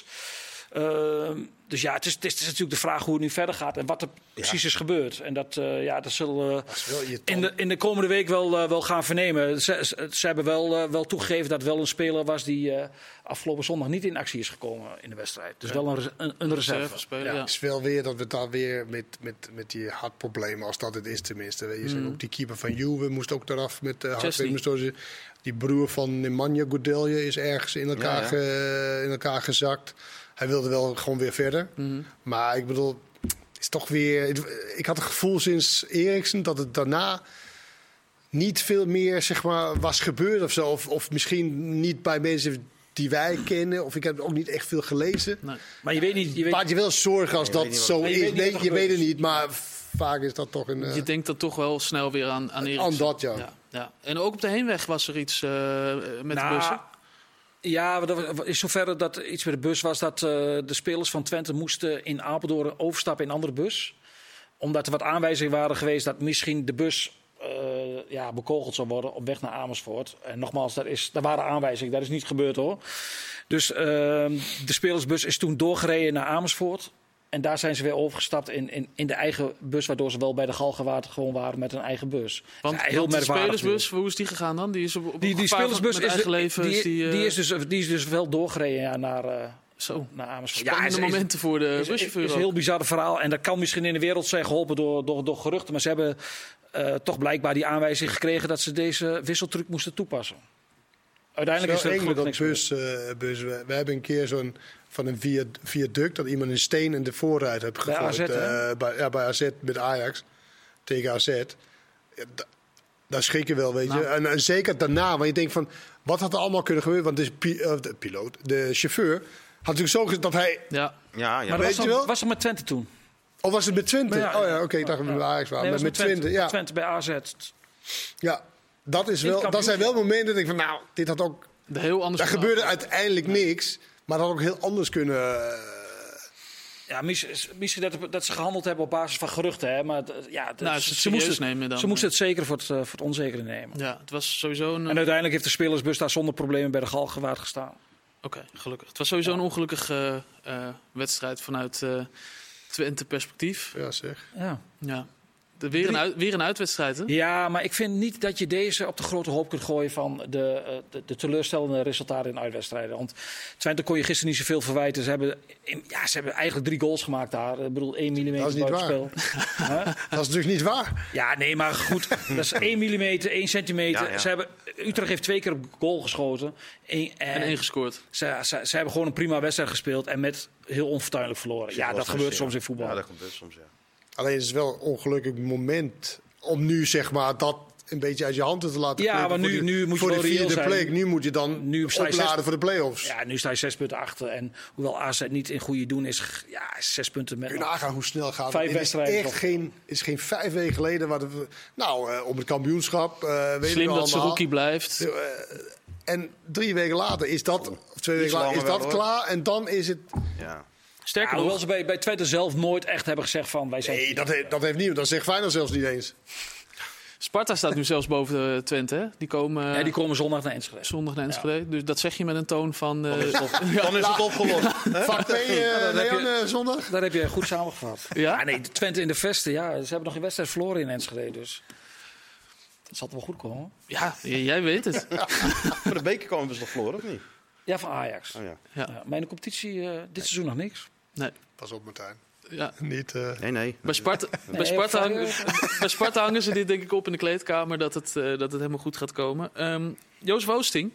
Uh, dus ja, het is, het is natuurlijk de vraag hoe het nu verder gaat en wat er precies is gebeurd. En dat, uh, ja, dat zullen we is wel irritant. in de, in de komende week wel, uh, wel gaan vernemen. Ze, ze, ze hebben wel, uh, wel toegegeven dat het wel een speler was die uh, afgelopen zondag niet in actie is gekomen in de wedstrijd. Dus wel een, een, een reserve. speler, Ja. ja. Het is wel weer dat we daar weer met, met, met die hartproblemen, als dat het is tenminste. Je zegt ook die keeper van Juve moest ook eraf met uh, hartritmestoornissen. Die broer van Nemanja Goudelje is ergens in elkaar, Ja, ja. Ge, in elkaar gezakt. Hij wilde wel gewoon weer verder. Mm-hmm. Maar ik bedoel, het is toch weer... Ik had het gevoel sinds Eriksen dat het daarna niet veel meer zeg maar, was gebeurd of zo. Of, of misschien niet bij mensen die wij kennen. Of ik heb ook niet echt veel gelezen. Nee. Maar je weet niet... Je weet, Maak je wel zorgen als Nee, je dat weet zo wat- is. je weet niet Nee, wat er je weet het gebeurt. niet. Maar vaak is dat toch een... eh, Je denkt dan toch wel snel weer aan, aan Eriksen. aan dat, ja. Ja, ja. En ook op de heenweg was er iets uh, met Nou, de bussen. Ja, in zoverre dat er iets met de bus was dat uh, de spelers van Twente moesten in Apeldoorn overstappen in een andere bus. Omdat er wat aanwijzingen waren geweest dat misschien de bus uh, ja, bekogeld zou worden op weg naar Amersfoort. En nogmaals, dat, is, dat waren aanwijzingen, dat is niet gebeurd hoor. Dus uh, de spelersbus is toen doorgereden naar Amersfoort. En daar zijn ze weer overgestapt in, in, in de eigen bus, waardoor ze wel bij de Galgenwaard gewoon waren met een eigen bus. Want, heel want de merkwaardig spelersbus, hoe is die gegaan dan? Die is op, op Die, die gevaar van- spelersbus met is, eigen leven. die, is die, uh, die, is dus, die is dus wel doorgereden ja, naar, uh, zo. naar Amersfoort. Spannende is- is- momenten voor de is, is, buschauffeur. is een ook. heel bizar verhaal. En dat kan misschien in de wereld zijn geholpen door, door, door geruchten. Maar ze hebben uh, toch blijkbaar die aanwijzing gekregen dat ze deze wisseltruc moesten toepassen. Uiteindelijk is wel er eng met gelukkig dat niks bus, uh, bus. We, we hebben een keer zo'n van een via- viaduct dat iemand een steen in de voorruit heeft Bij gegooid. A Z, hè? uh, bij, ja, bij A Z met Ajax tegen A Z. Ja, da- daar schrik je wel, weet je. Nou. En, en zeker daarna, want je denkt van, wat had er allemaal kunnen gebeuren? Want de, pi- uh, de piloot, de chauffeur, had natuurlijk zo gezegd dat hij... Ja. Ja, ja. Maar weet dat was, je dan- wel? was dat met Twente toen? Of was het met Twente? Maar ja, oh ja, oké, ik dacht dat we met Ajax waren. Nee, maar was met Twente, ja. Twente bij A Z. ja. Dat, is In het wel, dat zijn wel kampioenschap. momenten dat ik van, nou, dit had ook... De heel anders. Daar gedaan. gebeurde uiteindelijk niks, maar dat had ook heel anders kunnen... uh, Ja, misschien, misschien dat, dat ze gehandeld hebben op basis van geruchten. Hè, maar d- ja, d- Nou, ze ze, serieus moesten, het- nemen dan. ze moesten het zeker voor het, uh, voor het onzekere nemen. Ja, het was sowieso een... En uiteindelijk heeft de spelersbus daar zonder problemen bij de Galgenwaard gestaan. Oké, gelukkig. Het was sowieso een ongelukkige uh, wedstrijd vanuit uh, Twente perspectief. ja, zeg. Ja. Ja. De, weer, een uit, weer een uitwedstrijd, hè? Ja, maar ik vind niet dat je deze op de grote hoop kunt gooien van de, uh, de, de teleurstellende resultaten in uitwedstrijden. Want Twente kon je gisteren niet zoveel verwijten. Ze hebben, ja, ze hebben eigenlijk drie goals gemaakt daar. Ik bedoel, één millimeter Dat is niet buitenspel. Huh? Dat is natuurlijk niet waar. Ja, nee, maar goed. Dat is één millimeter, één centimeter. Ja, ja. Ze hebben, Utrecht heeft twee keer op goal geschoten. Eén- en En één gescoord. ze, ze, ze hebben gewoon een prima wedstrijd gespeeld en met heel onfortuinlijk verloren. Ja, dat gebeurt soms in voetbal. Ja, dat gebeurt soms, ja. Alleen is het wel een ongelukkig moment om nu zeg maar dat een beetje uit je handen te laten Ja, glippen maar voor nu- die, nu moet je voor wel de reëel vierde zijn. plek. Nu moet je dan Nu sta je opladen zes- voor de play-offs. Ja, nu sta je zes punten achter. En hoewel A Z niet in goede doen is, g- ja, zes punten met. Kun je nagaan hoe snel gaat het. Vijf Het is wedstrijden echt nog. geen, is geen vijf weken geleden. Waar de, nou, uh, om het kampioenschap. Uh, weet Slim je dat ze allemaal. rookie blijft. Uh, en drie weken later is dat, of twee Iets weken later, is langer dat wel, hoor. klaar. En dan is het... ja. Sterker Ja, nog, hoewel ze bij, bij Twente zelf nooit echt hebben gezegd van wij zijn. Nee, dat, he- dat heeft niemand. Dat zegt Feyenoord zelfs niet eens. Sparta staat nu zelfs boven de Twente, hè? Die komen Ja, die komen zondag naar Enschede. zondag naar Enschede. Dus dat zeg je met een toon van... Uh, Dan is het opgelost. Vak P, uh, dan heb Leon, je- uh, zondag. Daar heb je goed samengevat. Ja? Ja, nee, Twente in de Vesten, ja, ze hebben nog geen wedstrijd verloren in Enschede, dus dat zal toch wel goed komen. Ja, j- jij weet het. Voor de beker komen we ze nog verloren, of niet? Ja, van Ajax. Oh, ja. Ja. Ja, maar in de competitie uh, dit seizoen nog niks. Nee. Pas op, Martijn. Ja. Niet... uh, Nee, nee. Bij, Sparta, bij, Nee, Sparta of, hangen, uh, bij Sparta hangen ze dit denk ik op in de kleedkamer dat het, uh, dat het helemaal goed gaat komen. Um, Jozef Oosting,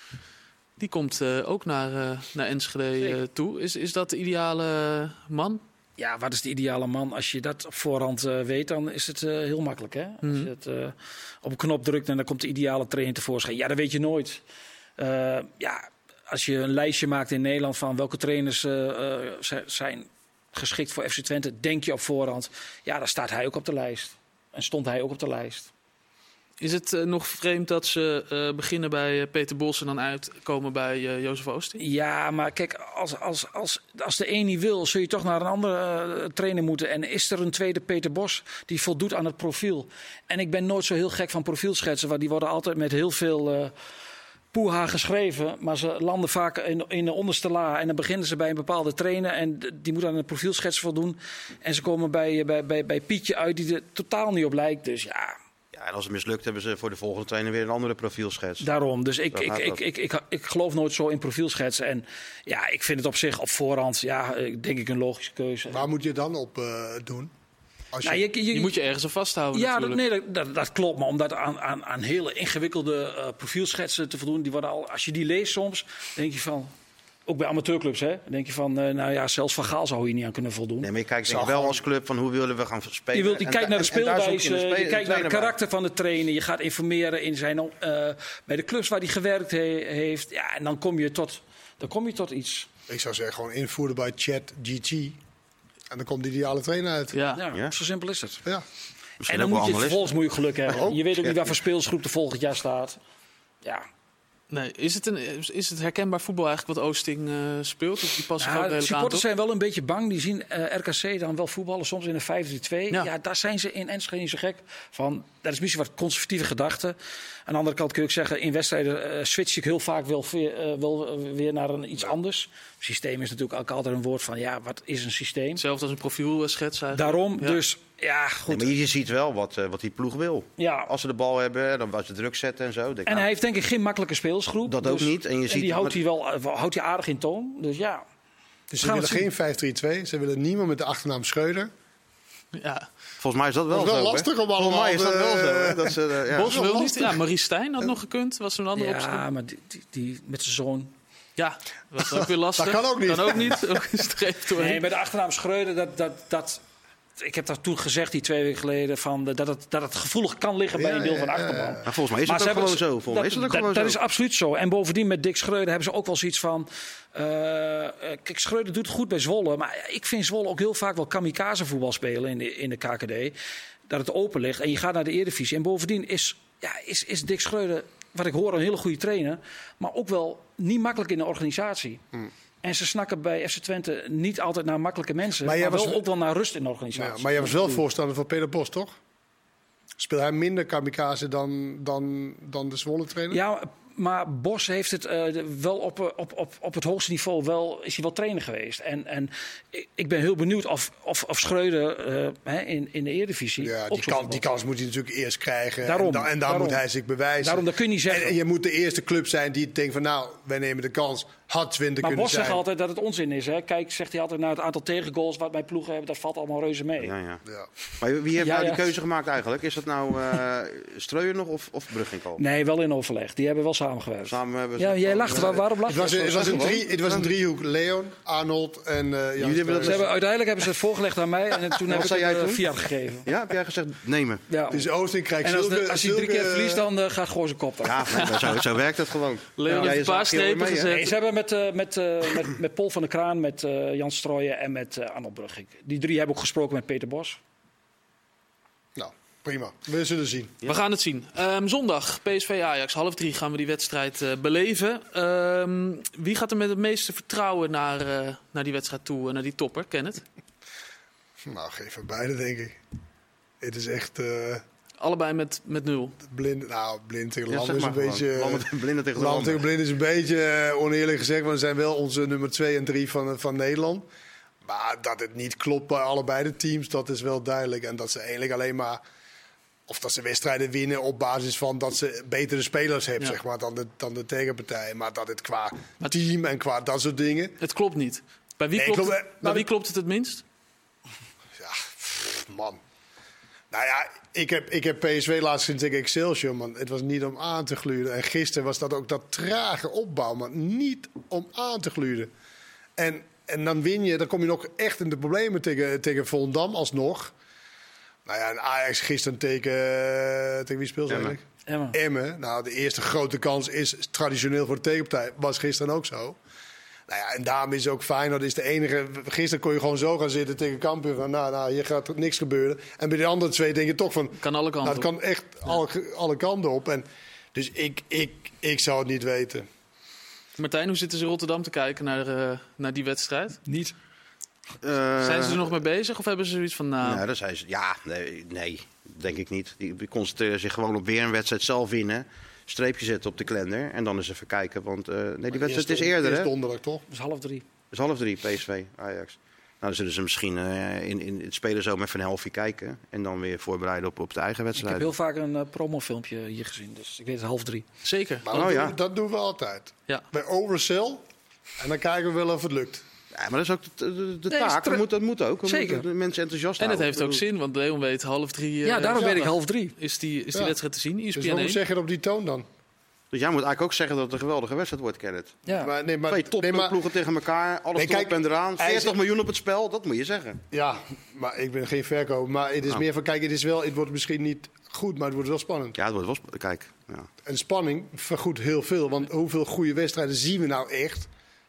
die komt uh, ook naar, uh, naar Enschede uh, toe. Is, is dat de ideale man? Ja, wat is de ideale man? Als je dat op voorhand uh, weet, dan is het uh, heel makkelijk. Hè? Als Mhm. je het uh, op een knop drukt en dan komt de ideale trainer tevoorschijn. Ja, dat weet je nooit. Uh, ja, als je een lijstje maakt in Nederland van welke trainers uh, uh, zijn geschikt voor F C Twente, denk je op voorhand. Ja, dan staat hij ook op de lijst. En stond hij ook op de lijst. Is het uh, nog vreemd dat ze uh, beginnen bij uh, Peter Bos en dan uitkomen bij uh, Jozef Oosting? Ja, maar kijk, als, als, als, als de een niet wil, zul je toch naar een andere uh, trainer moeten. En is er een tweede Peter Bos die voldoet aan het profiel? En ik ben nooit zo heel gek van profielschetsen, want die worden altijd met heel veel uh, poeha geschreven. Maar ze landen vaak in, in de onderste la en dan beginnen ze bij een bepaalde trainer en die moet aan een profielschets voldoen. En ze komen bij, bij, bij, bij Pietje uit die er totaal niet op lijkt. Dus ja... Ja, en als het mislukt, hebben ze voor de volgende trainer weer een andere profielschets. Daarom. Dus ik, Zo ik, gaat ik, dat. ik, ik, ik geloof nooit zo in profielschetsen. En ja, ik vind het op zich op voorhand, ja, eh, denk ik een logische keuze. waar moet je het dan op uh, doen? Als je, Nou, je, je, Die moet je ergens aan vasthouden ja, dat, natuurlijk. nee, dat, dat, dat klopt. Maar om dat aan, aan, aan hele ingewikkelde uh, profielschetsen te voldoen, die worden al, als je die leest soms, denk je van, ook bij amateurclubs, hè, dan denk je van, uh, nou ja, zelfs Van Gaal zou hier niet aan kunnen voldoen. Nee, maar je kijkt denk ik Zou wel als club van hoe willen we gaan spelen. Je, wilt, je En kijkt da- naar de en- en daar zoek je speelwijze, een je, spe- een kijkt naar het trainer bij. karakter van de trainer. Je gaat informeren in zijn, uh, bij de clubs waar hij gewerkt he- heeft. Ja, en dan kom je tot dan kom je tot iets. Ik zou zeggen, gewoon invoeren bij Chat G G. En dan komt die ideale trainer uit. Ja. Ja, Ja. Zo simpel is het. Ja. Misschien En dan ook wel moet je, analist. vervolgens moet je geluk hebben. Oh. Je weet ook niet waar voor speelsgroep er volgend jaar staat. Ja, Nee, is het, een, is het herkenbaar voetbal eigenlijk wat Oosting uh, speelt? Of die passen ja, ook de redelijk aan, supporters toch? zijn wel een beetje bang. Die zien uh, R K C dan wel voetballen, soms in een vijf drie twee. Ja. Ja. Daar zijn ze in Enschede niet zo gek van. Dat is misschien wat conservatieve gedachten. Aan de andere kant kun je ook zeggen, in wedstrijden uh, switch ik heel vaak wel weer, uh, wel weer naar een iets anders. Systeem is natuurlijk ook altijd een woord van, ja, wat is een systeem? Hetzelfde als een profielschets eigenlijk. Daarom, Ja. dus ja, Nee, goed. maar je ziet wel wat, uh, wat die ploeg wil. Ja. Als ze de bal hebben, dan was ze druk zetten en zo. Denk, En nou, hij heeft denk ik geen makkelijke speelsgroep. Dat ook niet. En je ziet die het houdt met- hij wel uh, houdt hij aardig in toon. Dus ja. Dus Gaan ze we willen zien. geen vijf drie twee. Ze willen niemand met de achternaam Schreuder. Ja. volgens mij is dat wel Dat is wel zo. hè? lastig om Volgens allemaal, mij is dat wel eh, zo. Hè? Dat ze, uh, ja. Bos wil niet. lastig. Ja, Marie Stijn had nog gekund. Was er een andere optie? Ja, maar die, die, die met zijn zoon. Ja, dat was ook weer lastig. Dat kan ook niet. Kan ook niet. Ook een streep doorheen. Nee, bij de achternaam Schreuder, dat, dat, dat, ik heb dat toen gezegd, die twee weken geleden, van, dat, het, dat het gevoelig kan liggen bij Ja, een deel ja, van de ja, achterban. ja. Maar volgens mij is Maar het ze ook gewoon hebben- zo. Volgens mij is het ook dat, gewoon dat zo. is absoluut zo. En bovendien met Dick Schreuder hebben ze ook wel zoiets van... Uh, uh, kijk, Schreuder doet het goed bij Zwolle. Maar ik vind Zwolle ook heel vaak wel kamikaze voetbal spelen in de, in de K K D. Dat het open ligt en je gaat naar de Eredivisie. En bovendien is, ja, is, is Dick Schreuder, wat ik hoor, een hele goede trainer. Maar ook wel niet makkelijk in de organisatie. Hmm. En ze snakken bij F C Twente niet altijd naar makkelijke mensen. Maar Maar, jij wel was- ook wel naar rust in de organisatie. Ja, maar jij was wel voorstander van Peter Bos, toch? Speelt hij minder kamikaze dan, dan, dan de Zwolle trainer? Ja, maar Bos heeft het uh, wel op, op, op, op het hoogste niveau wel, is hij wel trainer geweest. En, en ik, ik ben heel benieuwd of, of, of Schreuder uh, hè, in, in de Eredivisie Ja, ook die, zo kan, voetbalt. die kans moet hij natuurlijk eerst krijgen. Daarom, en dan, en dan daarom. moet hij zich bewijzen. Daarom, dat kun je niet zeggen. En, en je moet de eerste club zijn die denkt van nou, wij nemen de kans. Had twintig Maar kunnen Bos zijn. zegt altijd dat het onzin is. Hè? Kijk, zegt hij altijd, naar het aantal tegengoals wat mijn ploegen hebben, dat valt allemaal reuze mee. Ja, ja. Ja. Maar wie heeft Ja, nou ja. die keuze gemaakt eigenlijk? Is dat nou uh, Streuer nog of, of Brugging al? Nee, wel in overleg. Die hebben wel samengewerkt. Samen hebben ze Ja, jij van- lacht. Waar, waarom lach Het je? was, het, was een gewoon. drie, het was een driehoek. Leon, Arnold en uh, Jan Jullie hebben dat Streuer. Ze hebben, uiteindelijk hebben ze het voorgelegd aan mij. En toen heb ik zei het jij uh, toen? Fiat gegeven. Ja, heb jij gezegd nemen? Ja. Dus Oosting krijgt En als, zulke, de, als hij drie keer zulke- verliest, dan uh, gaat gewoon zijn kop. Ja, nee, zo, zo werkt het gewoon. Leon Jij heeft een paar zag heel strepen mee, hè? gezet. Nee, ze hebben met, uh, met, uh, met, met Paul van der Kraan, met uh, Jan Strooijen en met uh, Arnold Brugging. Die drie hebben ook gesproken met Peter Bos. Nou, prima. We zullen zien. We gaan het zien. Um, zondag, P S V Ajax, half drie gaan we die wedstrijd uh, beleven. Um, wie gaat er met het meeste vertrouwen naar, uh, naar die wedstrijd toe, uh, naar die topper? Kenneth? Nou, geef er beide, denk ik. Het is echt uh, Allebei met, met nul. blind. Nou, blind tegen Ja, Lam zeg is maar een beetje. gewoon. Lam en Blinden tegen de Lam Lam. tegen blind is een beetje uh, oneerlijk gezegd, want ze zijn wel onze nummer twee en drie van, van Nederland. Maar dat het niet klopt bij allebei de teams, dat is wel duidelijk. En dat ze eigenlijk alleen maar. Of dat ze wedstrijden winnen op basis van dat ze betere spelers hebben, Ja. zeg maar, dan de, dan de tegenpartij. Maar dat het qua team en qua dat soort dingen. Het klopt niet. Bij wie, Nee, klopt, klopt, het, eh, bij nou, wie de- klopt het het minst? Ja, pff, man. Nou ja, ik heb, ik heb P S V laatst gezien tegen Excelsior, man. Het was niet om aan te gluren. En gisteren was dat ook dat trage opbouw, man. Niet om aan te gluren. En, en dan win je, dan kom je nog echt in de problemen tegen, tegen Volendam alsnog. Nou ja, en Ajax gisteren tegen, eh, tegen wie speelt ze Emmen. eigenlijk? Emma. Emmen. Nou, de eerste grote kans is traditioneel voor de tegenpartij. Was gisteren ook zo. Nou ja, en daarom is het ook fijn. Dat is de enige. Gisteren kon je gewoon zo gaan zitten tegen Cambuur. Van, nou, nou, hier gaat er niks gebeuren. En bij de andere twee denk je toch van. Kan alle kanten Nou, het op. kan echt alle, alle kanten op. En, dus ik, ik, ik zou het niet weten. Martijn, hoe zitten ze in Rotterdam te kijken naar, uh, naar die wedstrijd? Niet. Uh, Zijn ze er nog mee bezig of hebben ze zoiets van... Nou, Nou, dat zijn ze, ja, nee, nee, denk ik niet. Die die concentreren zich gewoon op weer een wedstrijd zelf winnen. Streepje zetten op de kalender en dan eens even kijken. Want uh, nee, die wedstrijd is eerder, Eerst hè? donderdag, toch? Dat is half drie. Het is half drie, P S V, Ajax. Nou, dan zullen ze misschien uh, in, in het spelen zo met Van Helfie kijken. En dan weer voorbereiden op, op de eigen Ik heb wedstrijd. heel vaak een uh, promofilmpje hier gezien, dus ik weet het half drie. zeker. Maar Oh, dat, ja. doen, dat doen we altijd. Ja. Bij oversell. En dan kijken we wel of het lukt. Ja, maar dat is ook de, de, de Nee, taak. is tre- Dat moet, dat moet ook. We Zeker. moeten de mensen enthousiast En het houden. heeft ook Ik bedoel, zin, want Leon weet half drie... uh, Ja, daarom weet ik zondag half drie. Is die, is die Ja. wedstrijd te zien, E S P Dus N waarom één. zeg je het op die toon dan? Dus jij moet eigenlijk ook zeggen dat het een geweldige wedstrijd wordt, Kenneth. Ja. Maar, nee, maar, Twee nee, topploegen maar, tegen elkaar, alles Nee, erop kijk, en eraan. hij is- veertig miljoen op het spel, dat moet je zeggen. ja, maar ik ben geen verkoper. Maar het is Oh. meer van, kijk, het, is wel, het wordt misschien niet goed, maar het wordt wel spannend. Ja, het wordt wel... sp- Kijk, ja. En spanning vergoedt heel veel. Want hoeveel goede wedstrijden zien we nou echt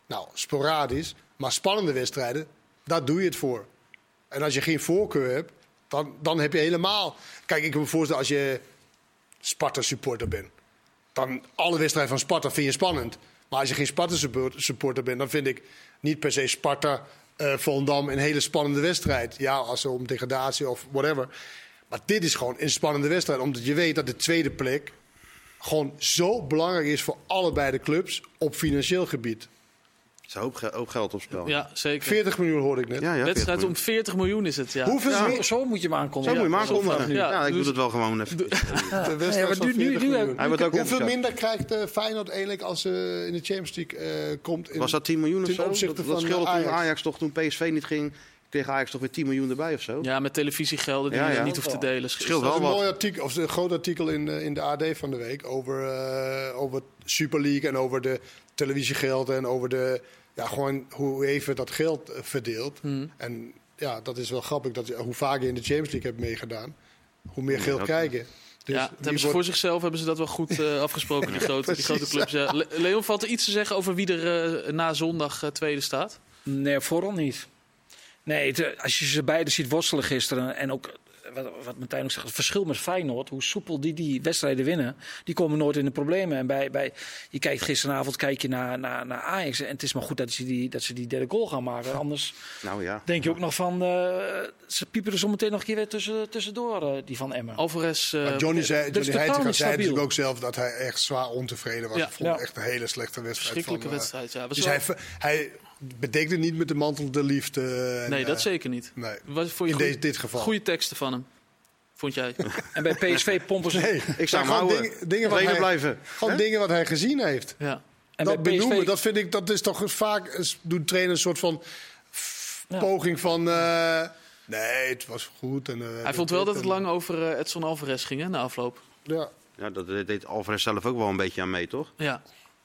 Nou, sporadisch. Maar spannende wedstrijden, daar doe je het voor. En als je geen voorkeur hebt, dan, dan heb je helemaal... Kijk, ik kan me voorstellen als je Sparta-supporter bent. Dan alle wedstrijden van Sparta vind je spannend. Maar als je geen Sparta-supporter bent, dan vind ik niet per se Sparta, uh, Volendam een hele spannende wedstrijd. Ja, als het om degradatie of whatever. Maar dit is gewoon een spannende wedstrijd. Omdat je weet dat de tweede plek gewoon zo belangrijk is voor allebei de clubs op financieel gebied. Er is een hoop, ge- hoop geld op spel. Ja, zeker. veertig miljoen hoorde ik net. Ja, ja, Wedstrijd om veertig miljoen is het, ja. Hoeveel Ja, meer- zo moet je hem Zo aankondigen. moet je maar zo aankondigen. vanaf nu. Ja, Ja, ik dus- doe het wel gewoon even. de wedstrijd Ja, maar van nu- nu- veertig nu- miljoen. Hij wordt ook Hoeveel enthousiast. minder krijgt uh, Feyenoord eigenlijk als ze in de Champions League uh, komt? In, Was dat tien miljoen of ten zo? opzichte Dat, van dat scheelde Ajax. toen Ajax toch, toen P S V niet ging, kreeg Ajax toch weer tien miljoen erbij of zo? Ja, met televisiegelden die Ja, je ja. niet hoeft te delen. Scheelt Dat wel is een wat. mooi artikel, of een groot artikel in, uh, in de A D van de week over, uh, over Super League en over de televisiegelden en over de, ja, gewoon hoe even dat geld uh, verdeelt. Hmm. En ja, dat is wel grappig, dat, hoe vaak je in de Champions League hebt meegedaan, hoe meer Ja, geld dat- krijgen. Dus Ja, dat die hebben ze wordt- voor zichzelf hebben ze dat wel goed uh, afgesproken, die grote, die grote clubs. Ja. Le- Leon, valt er iets te zeggen over wie er uh, na zondag uh, tweede staat? Nee, vooral niet. Nee, het, als je ze beiden ziet worstelen gisteren en ook wat, wat Martijn ook zegt, het verschil met Feyenoord, hoe soepel die die wedstrijden winnen, die komen nooit in de problemen. En bij, bij, je kijkt gisteravond kijk je naar, naar, naar Ajax en het is maar goed dat ze die, dat ze die derde goal gaan maken. Anders Nou ja. denk je ook nog van, uh, ze piepen er zometeen nog een keer weer tussen, tussendoor, uh, die van Emmen. Alvarez. uh, Maar Johnny, zei, dat is Johnny totaal Heitinga niet zei stabiel. natuurlijk ook zelf dat hij echt zwaar ontevreden was. Ja. Ik vond Ja. het echt een hele slechte wedstrijd. verschrikkelijke van, uh, wedstrijd. Ja. Was Dus wel- hij, ver- hij bedekte niet met de mantel de liefde. En, nee, dat uh, zeker niet. Nee. Was voor je In goeie- deze- dit geval. Goede teksten van hem, vond jij? En bij P S V pompen ze... Nee, Ik zou maar hem gewoon houden. dingen, dingen, wat Tweede hij, blijven. gewoon Hè? dingen wat hij gezien heeft. Ja. En dat bij P S V benoemen, dat vind ik, dat is toch vaak, is- doen trainers een soort van f- Ja. poging van, uh, nee, het was goed. En, uh, Hij vond wel dat het lang over uh, Edson Alvarez ging, hè, na afloop. Ja. Ja, dat deed Alvarez zelf ook wel een beetje aan mee, toch? Ja.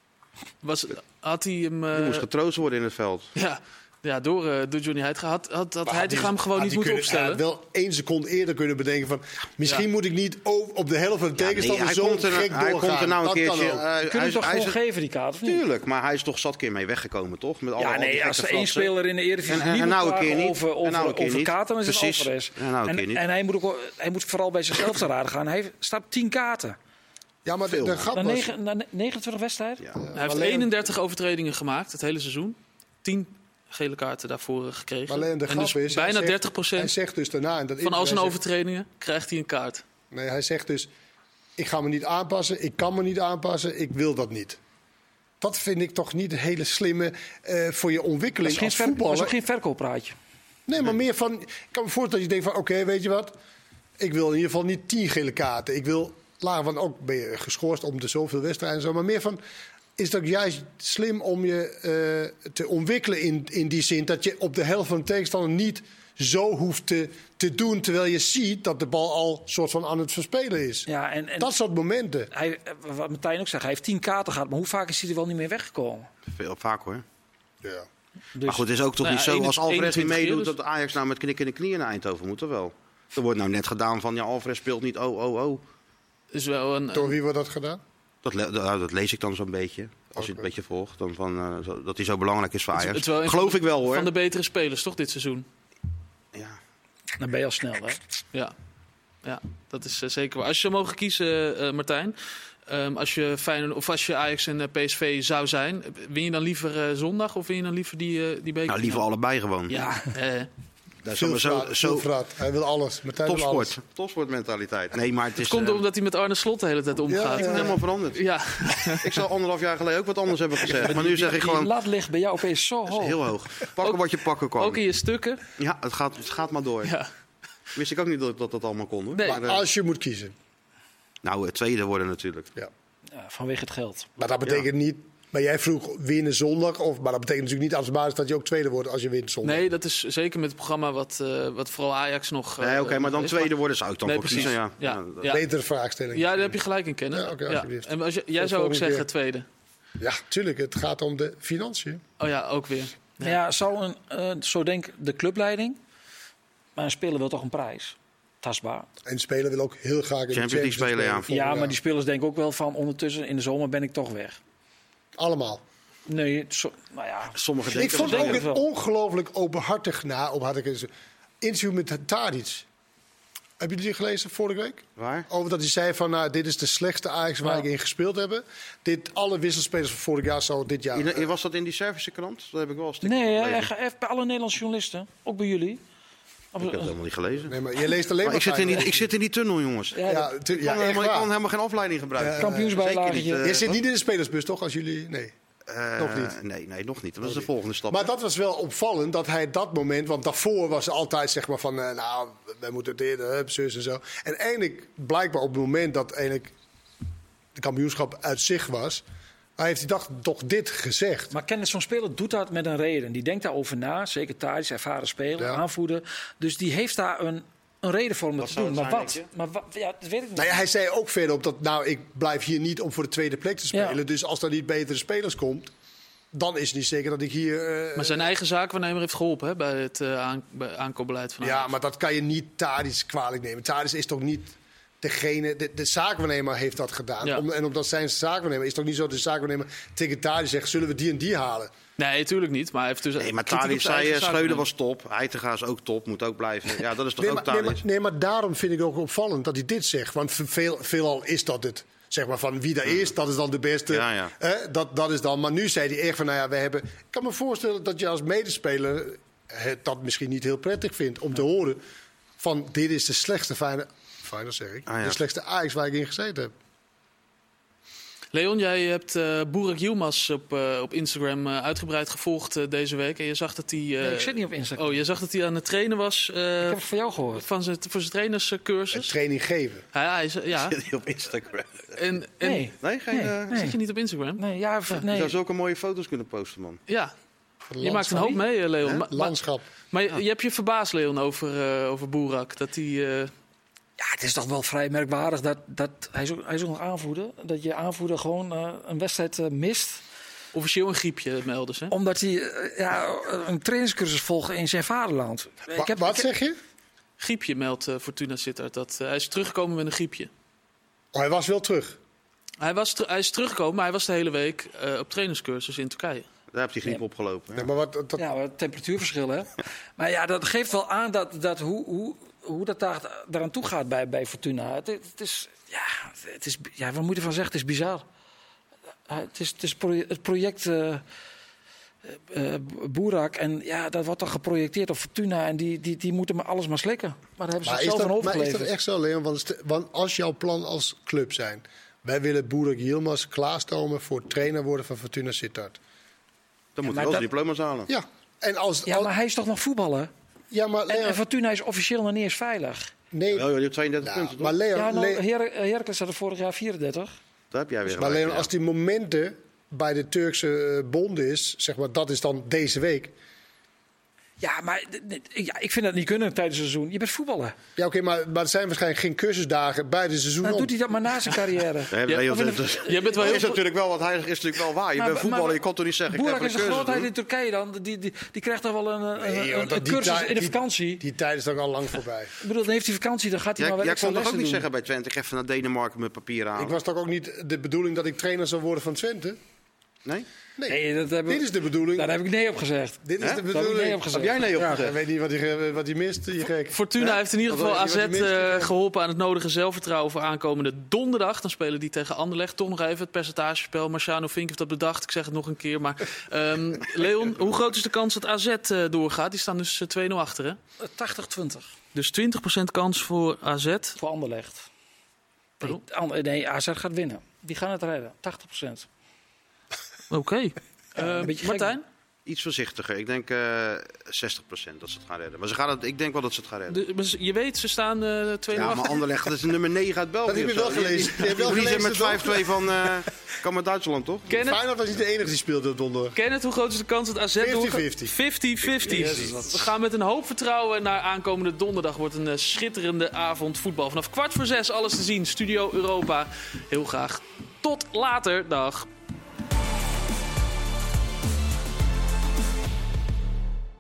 Was, had hij hem... uh, Die moest getroost worden in het veld. ja, ja, door, uh, door Johnny Heitinga. Had, had, had Maar Heitinga die- hem gewoon had niet die moeten kunnen- opstellen? Hij had wel één seconde eerder kunnen bedenken van, misschien Ja. moet ik niet o- op de helft van de Ja, nee, tegenstander hij zo komt er, gek hij doorgaan. komt er nou een Dat kan keertje. ook. eh, Kun hij je is- toch hij is gewoon geven, die kaart, of niet? Tuurlijk, maar hij is toch zat keer mee weggekomen, toch? Met alle, Ja, al die nee, gekke als er één fratsen. speler in de Eredivisie En- en- niet en moet nou een keer klagen niet. over, En over, nou een keer over niet. kaarten, dan is het Precies. Alvarez. En nou een en, keer niet. en hij moet, ook, hij moet vooral bij zichzelf te raden gaan. Hij staat op tien kaarten. Ja, maar de, Veel, de man. grap Na, was... negen, na negenentwintig wedstrijden? Ja. Hij heeft alleen- eenendertig overtredingen gemaakt, het hele seizoen. tien gele kaarten daarvoor uh, gekregen. Maar alleen de en grap dus is, hij bijna zegt- dertig Hij procent zegt dus daarna... En dat van al zijn hij zegt- overtredingen krijgt hij een kaart. Nee, hij zegt dus, ik ga me niet aanpassen, ik kan me niet aanpassen, ik wil dat niet. Dat vind ik toch niet een hele slimme uh, voor je Dat is, ontwikkeling geen als ver, dat is voetballer. ook geen verkooppraatje. Nee, maar meer van, ik kan me voorstellen dat je denkt van, oké, okay, weet je wat? Ik wil in ieder geval niet tien gele kaarten. Ik wil, lager van, ook ben je geschorst om de zoveel wedstrijden en zo. Maar meer van, is het ook juist slim om je uh, te ontwikkelen in, in die zin... dat je op de helft van de tegenstander niet zo hoeft te, te doen... terwijl je ziet dat de bal al soort van aan het verspelen is. Ja, en, en Dat soort momenten. hij, wat Martijn ook zegt, hij heeft tien kaarten gehad. Maar hoe vaak is hij er wel niet meer weggekomen? Veel vaak hoor. Ja. Dus, Maar goed, het is ook toch Nou niet ja, zo als Alvarez niet eenentwintig meedoet... keer dus. dat Ajax nou met knikken in de knieën naar Eindhoven moet, toch wel? Er wordt nou net gedaan van, ja, Alvarez speelt niet, oh, oh, oh. Is wel een, Door wie wordt dat gedaan? Dat, le- nou, dat lees ik dan zo'n beetje. Als je het een beetje volgt. Dan van, uh, zo, dat hij zo belangrijk is voor het is- Ajax. het is wel een Geloof van ik wel hoor. van de betere spelers, toch, dit seizoen? Ja. dan ben je al snel, hè? Ja, ja dat is uh, zeker waar. Als je zou mogen kiezen, uh, Martijn... Um, als je Feyenoord of als je Ajax en uh, P S V zou zijn, win je dan liever uh, zondag of win je dan liever die, uh, die beker? Nou, liever allebei gewoon. Ja, eh, Dat is Veel allemaal zo, vraat, zo veel vraat. Hij wil alles. Martijn wil alles. topsport. Topsportmentaliteit. Nee, maar het is het komt uh, omdat hij met Arne Slot de hele tijd omgaat. Ja, ik ben helemaal veranderd. Ja, Ik zou anderhalf jaar geleden ook wat anders hebben gezegd. Maar nu zeg ik Die gewoon, lat ligt bij jou opeens zo hoog. heel hoog. Pakken Ook- wat je pakken kan. ook in je stukken. Ja, het gaat, het gaat maar door. Ja. Wist ik ook niet dat dat, dat allemaal kon. Hoor. Nee. Maar, Maar uh, als je moet kiezen. nou, het tweede worden natuurlijk. Ja. Ja, vanwege het geld. Maar dat betekent niet... Maar jij vroeg winnen zondag. Of, maar dat betekent natuurlijk niet als basis dat je ook tweede wordt als je wint zondag. Nee, dat is zeker met het programma wat, uh, wat vooral Ajax nog... uh, Nee, oké, maar dan is. tweede worden zou ik dan Nee, voor precies. kiezen. Ja. Ja. Ja, dat- Ja. Betere vraagstelling. Ja, daar heb je gelijk in, Kennen. Ja, oké, alsjeblieft. En als je, jij Voor zou ook volgende zeggen keer. tweede. Ja, tuurlijk. Het gaat om de financiën. Oh ja, ook weer. Ja, ja zou een, uh, zo denk de clubleiding. Maar een speler wil toch een prijs. Tastbaar. En de speler wil ook heel graag in de Champions League spelen, ja. volgend Ja, jaar. maar die spelers denken ook wel van ondertussen in de zomer ben ik toch weg. Allemaal. Nee, zo, nou ja. Sommigen Ik denken vond dat ook denk een ik wel. ongelooflijk openhartig na, openhartig is- interview met Tadic. Hebben jullie die gelezen vorige week? Waar? Over dat hij zei van, nou, dit is de slechtste Ajax waar Ja. ik in gespeeld heb. Dit, alle wisselspelers van vorig jaar zo dit jaar. Je- je- Was dat in die Servische krant? Dat heb ik wel een stukje Nee, hij gelezen. hij heeft bij alle Nederlandse journalisten, ook bij jullie. Ik heb het helemaal niet gelezen. Nee, maar je leest alleen Maar maar ik zit, in die, fijn. ik zit in die tunnel, jongens. Ja, Ja, dat- tu- Ik ja, kan, echt helemaal, ik waar. kan helemaal geen afleiding gebruiken. kampioensbijlagetje. Zeker niet, Je eh, zit niet in de spelersbus, toch? Als jullie... Nee. Eh, Nog niet. Nee, nee, nog niet. Dat is de volgende stap. Maar dat was wel opvallend, dat hij dat moment... Want daarvoor was hij altijd zeg maar van... eh, nou, wij moeten het eerder, hup, zus en zo. En eigenlijk, blijkbaar op het moment dat eigenlijk de kampioenschap uit zich was... hij heeft hij dacht, toch dit gezegd. Maar kennis zo'n speler doet dat met een reden. Die denkt daarover na. Zeker Tadic, ervaren speler, Ja. aanvoerder. Dus die heeft daar een, een reden voor om dat Wat te doen. zou Maar het zijn, wat? Maar wat? Ja, dat weet ik niet. Nou ja, hij zei ook verder op dat... nou, ik blijf hier niet om voor de tweede plek te spelen. Ja. Dus als er niet betere spelers komt... dan is het niet zeker dat ik hier... eh, Maar zijn eigen zaakwaarnemer heeft geholpen hè, bij het uh, aan, bij aankoopbeleid van Ajax. Ja, maar dat kan je niet Tadic kwalijk nemen. Tadic is toch niet degene... De, de zaakwaarnemer heeft dat gedaan. Ja. Om, en omdat zijn zaakwaarnemer... is het toch niet zo dat de zaakwaarnemer tegen Tadic zegt... zullen we die en die halen? Nee, natuurlijk niet. Maar hij heeft dus Nee, maar kritiek op Tadic zijn zei, eigen eh, Schreuder zaakwaarnemer. was top. Heitinga is ook top, moet ook blijven. Ja, dat is toch Nee ook maar, nee, Tadic? maar, nee, maar daarom vind ik het ook opvallend dat hij dit zegt. Want veel, veelal is dat het. Zeg maar van wie daar is, dat is dan de beste. Ja, ja. Hè, dat, dat is dan. Maar nu zei hij echt van, nou ja, we hebben... Ik kan me voorstellen dat je als medespeler het dat misschien niet heel prettig vindt om te horen van dit is de slechtste Feyenoord, Feyenoord zeg ik, Ah, ja. de slechtste Ajax waar ik in gezeten heb. Leon, jij hebt uh, Burak Yilmaz op, uh, op Instagram uh, uitgebreid gevolgd uh, deze week. En je zag dat hij... Uh, Nee, ik zit niet op Instagram. Oh, je zag dat hij aan het trainen was uh, Ik heb het van jou gehoord. van zijn, voor zijn trainerscursus. Training geven. Ja, hij is, ja. Zit hij op Instagram? En, en, Nee. Nee, geen, Nee, eh, nee. Zit je niet op Instagram? Nee, ja, v- Je nee. zou zulke mooie foto's kunnen posten, man. Ja. Je Landschap. maakt een hoop mee, uh, Leon. Hè? Maar, maar, Landschap. maar je, je hebt je verbaasd, Leon, over, uh, over Burak. Dat hij... Uh, Ja, het is toch wel vrij merkwaardig dat, dat hij, is ook, hij is ook nog aanvoerder. Dat je aanvoerder gewoon uh, een wedstrijd uh, mist. officieel een griepje melden ze. Omdat hij uh, ja, een trainingscursus volgt in zijn vaderland. Wa- Ik heb, wat ik heb- zeg je? Griepje meldt uh, Fortuna Sittard. Dat, uh, hij is teruggekomen met een griepje. Oh, hij was wel terug. Hij, was ter- hij is teruggekomen, maar hij was de hele week uh, op trainingscursus in Turkije. Daar heeft hij griep Ja. opgelopen. Ja. Nee, maar wat, dat, Ja, maar temperatuurverschil, hè. Maar ja, dat geeft wel aan dat, dat hoe, hoe, hoe dat daar, daaraan toe gaat bij, bij Fortuna. Het, het is, ja, het is, ja, wat moet je ervan zeggen? Het is bizar. Uh, het is, het, is proje- het project uh, uh, Burak en ja, dat wordt dan geprojecteerd op Fortuna en die, die, die moeten maar alles maar slikken. Maar daar hebben ze Maar het is, zelf aan dat, maar is overgeleverd. dat echt zo, Leon? Want, st- want als jouw plan als club zijn... wij willen Burak Yilmaz klaarstomen voor trainer worden van Fortuna Sittard. Dan moet maar hij wel dat- zijn diploma's halen. Ja, en als... Ja, al- maar hij is toch nog voetballer? ja, maar En, Leon... en Fortuna is officieel nog niet eens veilig. nee, Ja, joh, die heeft tweeëndertig ja, punten, toch? maar Leon... Ja, nou, Le- Her Heracles had er vorig jaar vierendertig. Daar heb jij weer maar gelijk, Leon, ja. als die momenten bij de Turkse eh, bond is... zeg maar, dat is dan deze week... Ja, maar d- d- ja, ik vind dat niet kunnen tijdens het seizoen. Je bent voetballer. Ja, oké, maar, maar er zijn waarschijnlijk geen cursusdagen bij het seizoen Dan om. doet hij dat maar na zijn carrière. Nee, Ja, nee, of in dat- een- dat- Jij bent wel dat heel is natuurlijk wel wat hij is natuurlijk wel waar. Je Maar- bent voetballer, maar- je kon toch niet zeggen ik Boerak ga is even een een cursus grootheid doen? in Turkije dan. Die, die, die krijgt toch wel een, een, Nee, joh, een, dat- een die cursus tijd- in de die- vakantie. Die tijd is toch al lang voorbij. Ik bedoel, dan heeft hij vakantie, dan gaat hij Jij, maar wel jij extra kon toch ook lessen niet doen. zeggen bij Twente, ik ga even naar Denemarken met papier aan. Ik was toch ook niet de bedoeling dat ik trainer zou worden van Twente? Nee? Nee, Nee, dat heb dit ik, is de bedoeling. daar heb ik nee op gezegd. Dit is Hè? de Daar heb ik nee bedoeling. op gezegd. Heb jij nee op Ja, gezegd? ik weet niet wat hij, wat hij mist, je gek. Fortuna Hè? heeft in ieder Wat geval wil A Z je- wat je mist, eh, je gek? geholpen aan het nodige zelfvertrouwen voor aankomende donderdag. Dan spelen die tegen Anderlecht. Toch nog even het percentagespel. Marciano Vink heeft dat bedacht. Ik zeg het nog een keer. Maar ehm, Leon, hoe groot is de kans dat A Z eh, doorgaat? Die staan dus eh, twee nul achter, hè? tachtig twintig Dus twintig procent kans voor A Z. voor Anderlecht. Pardon? Nee, Ander- nee, A Z gaat winnen. Die gaan het redden. tachtig procent. Oké. een Eh, beetje gek. Martijn? Iets voorzichtiger. Ik denk eh zestig procent dat ze het gaan redden. Maar ze gaan het, ik denk wel dat ze het gaan redden. De- maar je weet, ze staan eh twee nul Ja, maar achter. Anderlecht, dat is nummer negen uit België. Dat heb je of zo. wel gelezen. Je hebt wel Die verliezen gelezen, met toch? vijf twee van eh kan met Duitsland, toch? Kenneth, Feyenoord was niet de enige die speelde op donderdag. Kenneth, hoe groot is de kans dat A Z vijftig doorgaat? vijftig. vijftig vijftig. We gaan met een hoop vertrouwen naar aankomende donderdag. Wordt een eh, schitterende avond voetbal. Vanaf kwart voor zes alles te zien. Studio Europa. Heel graag. Tot later. Dag.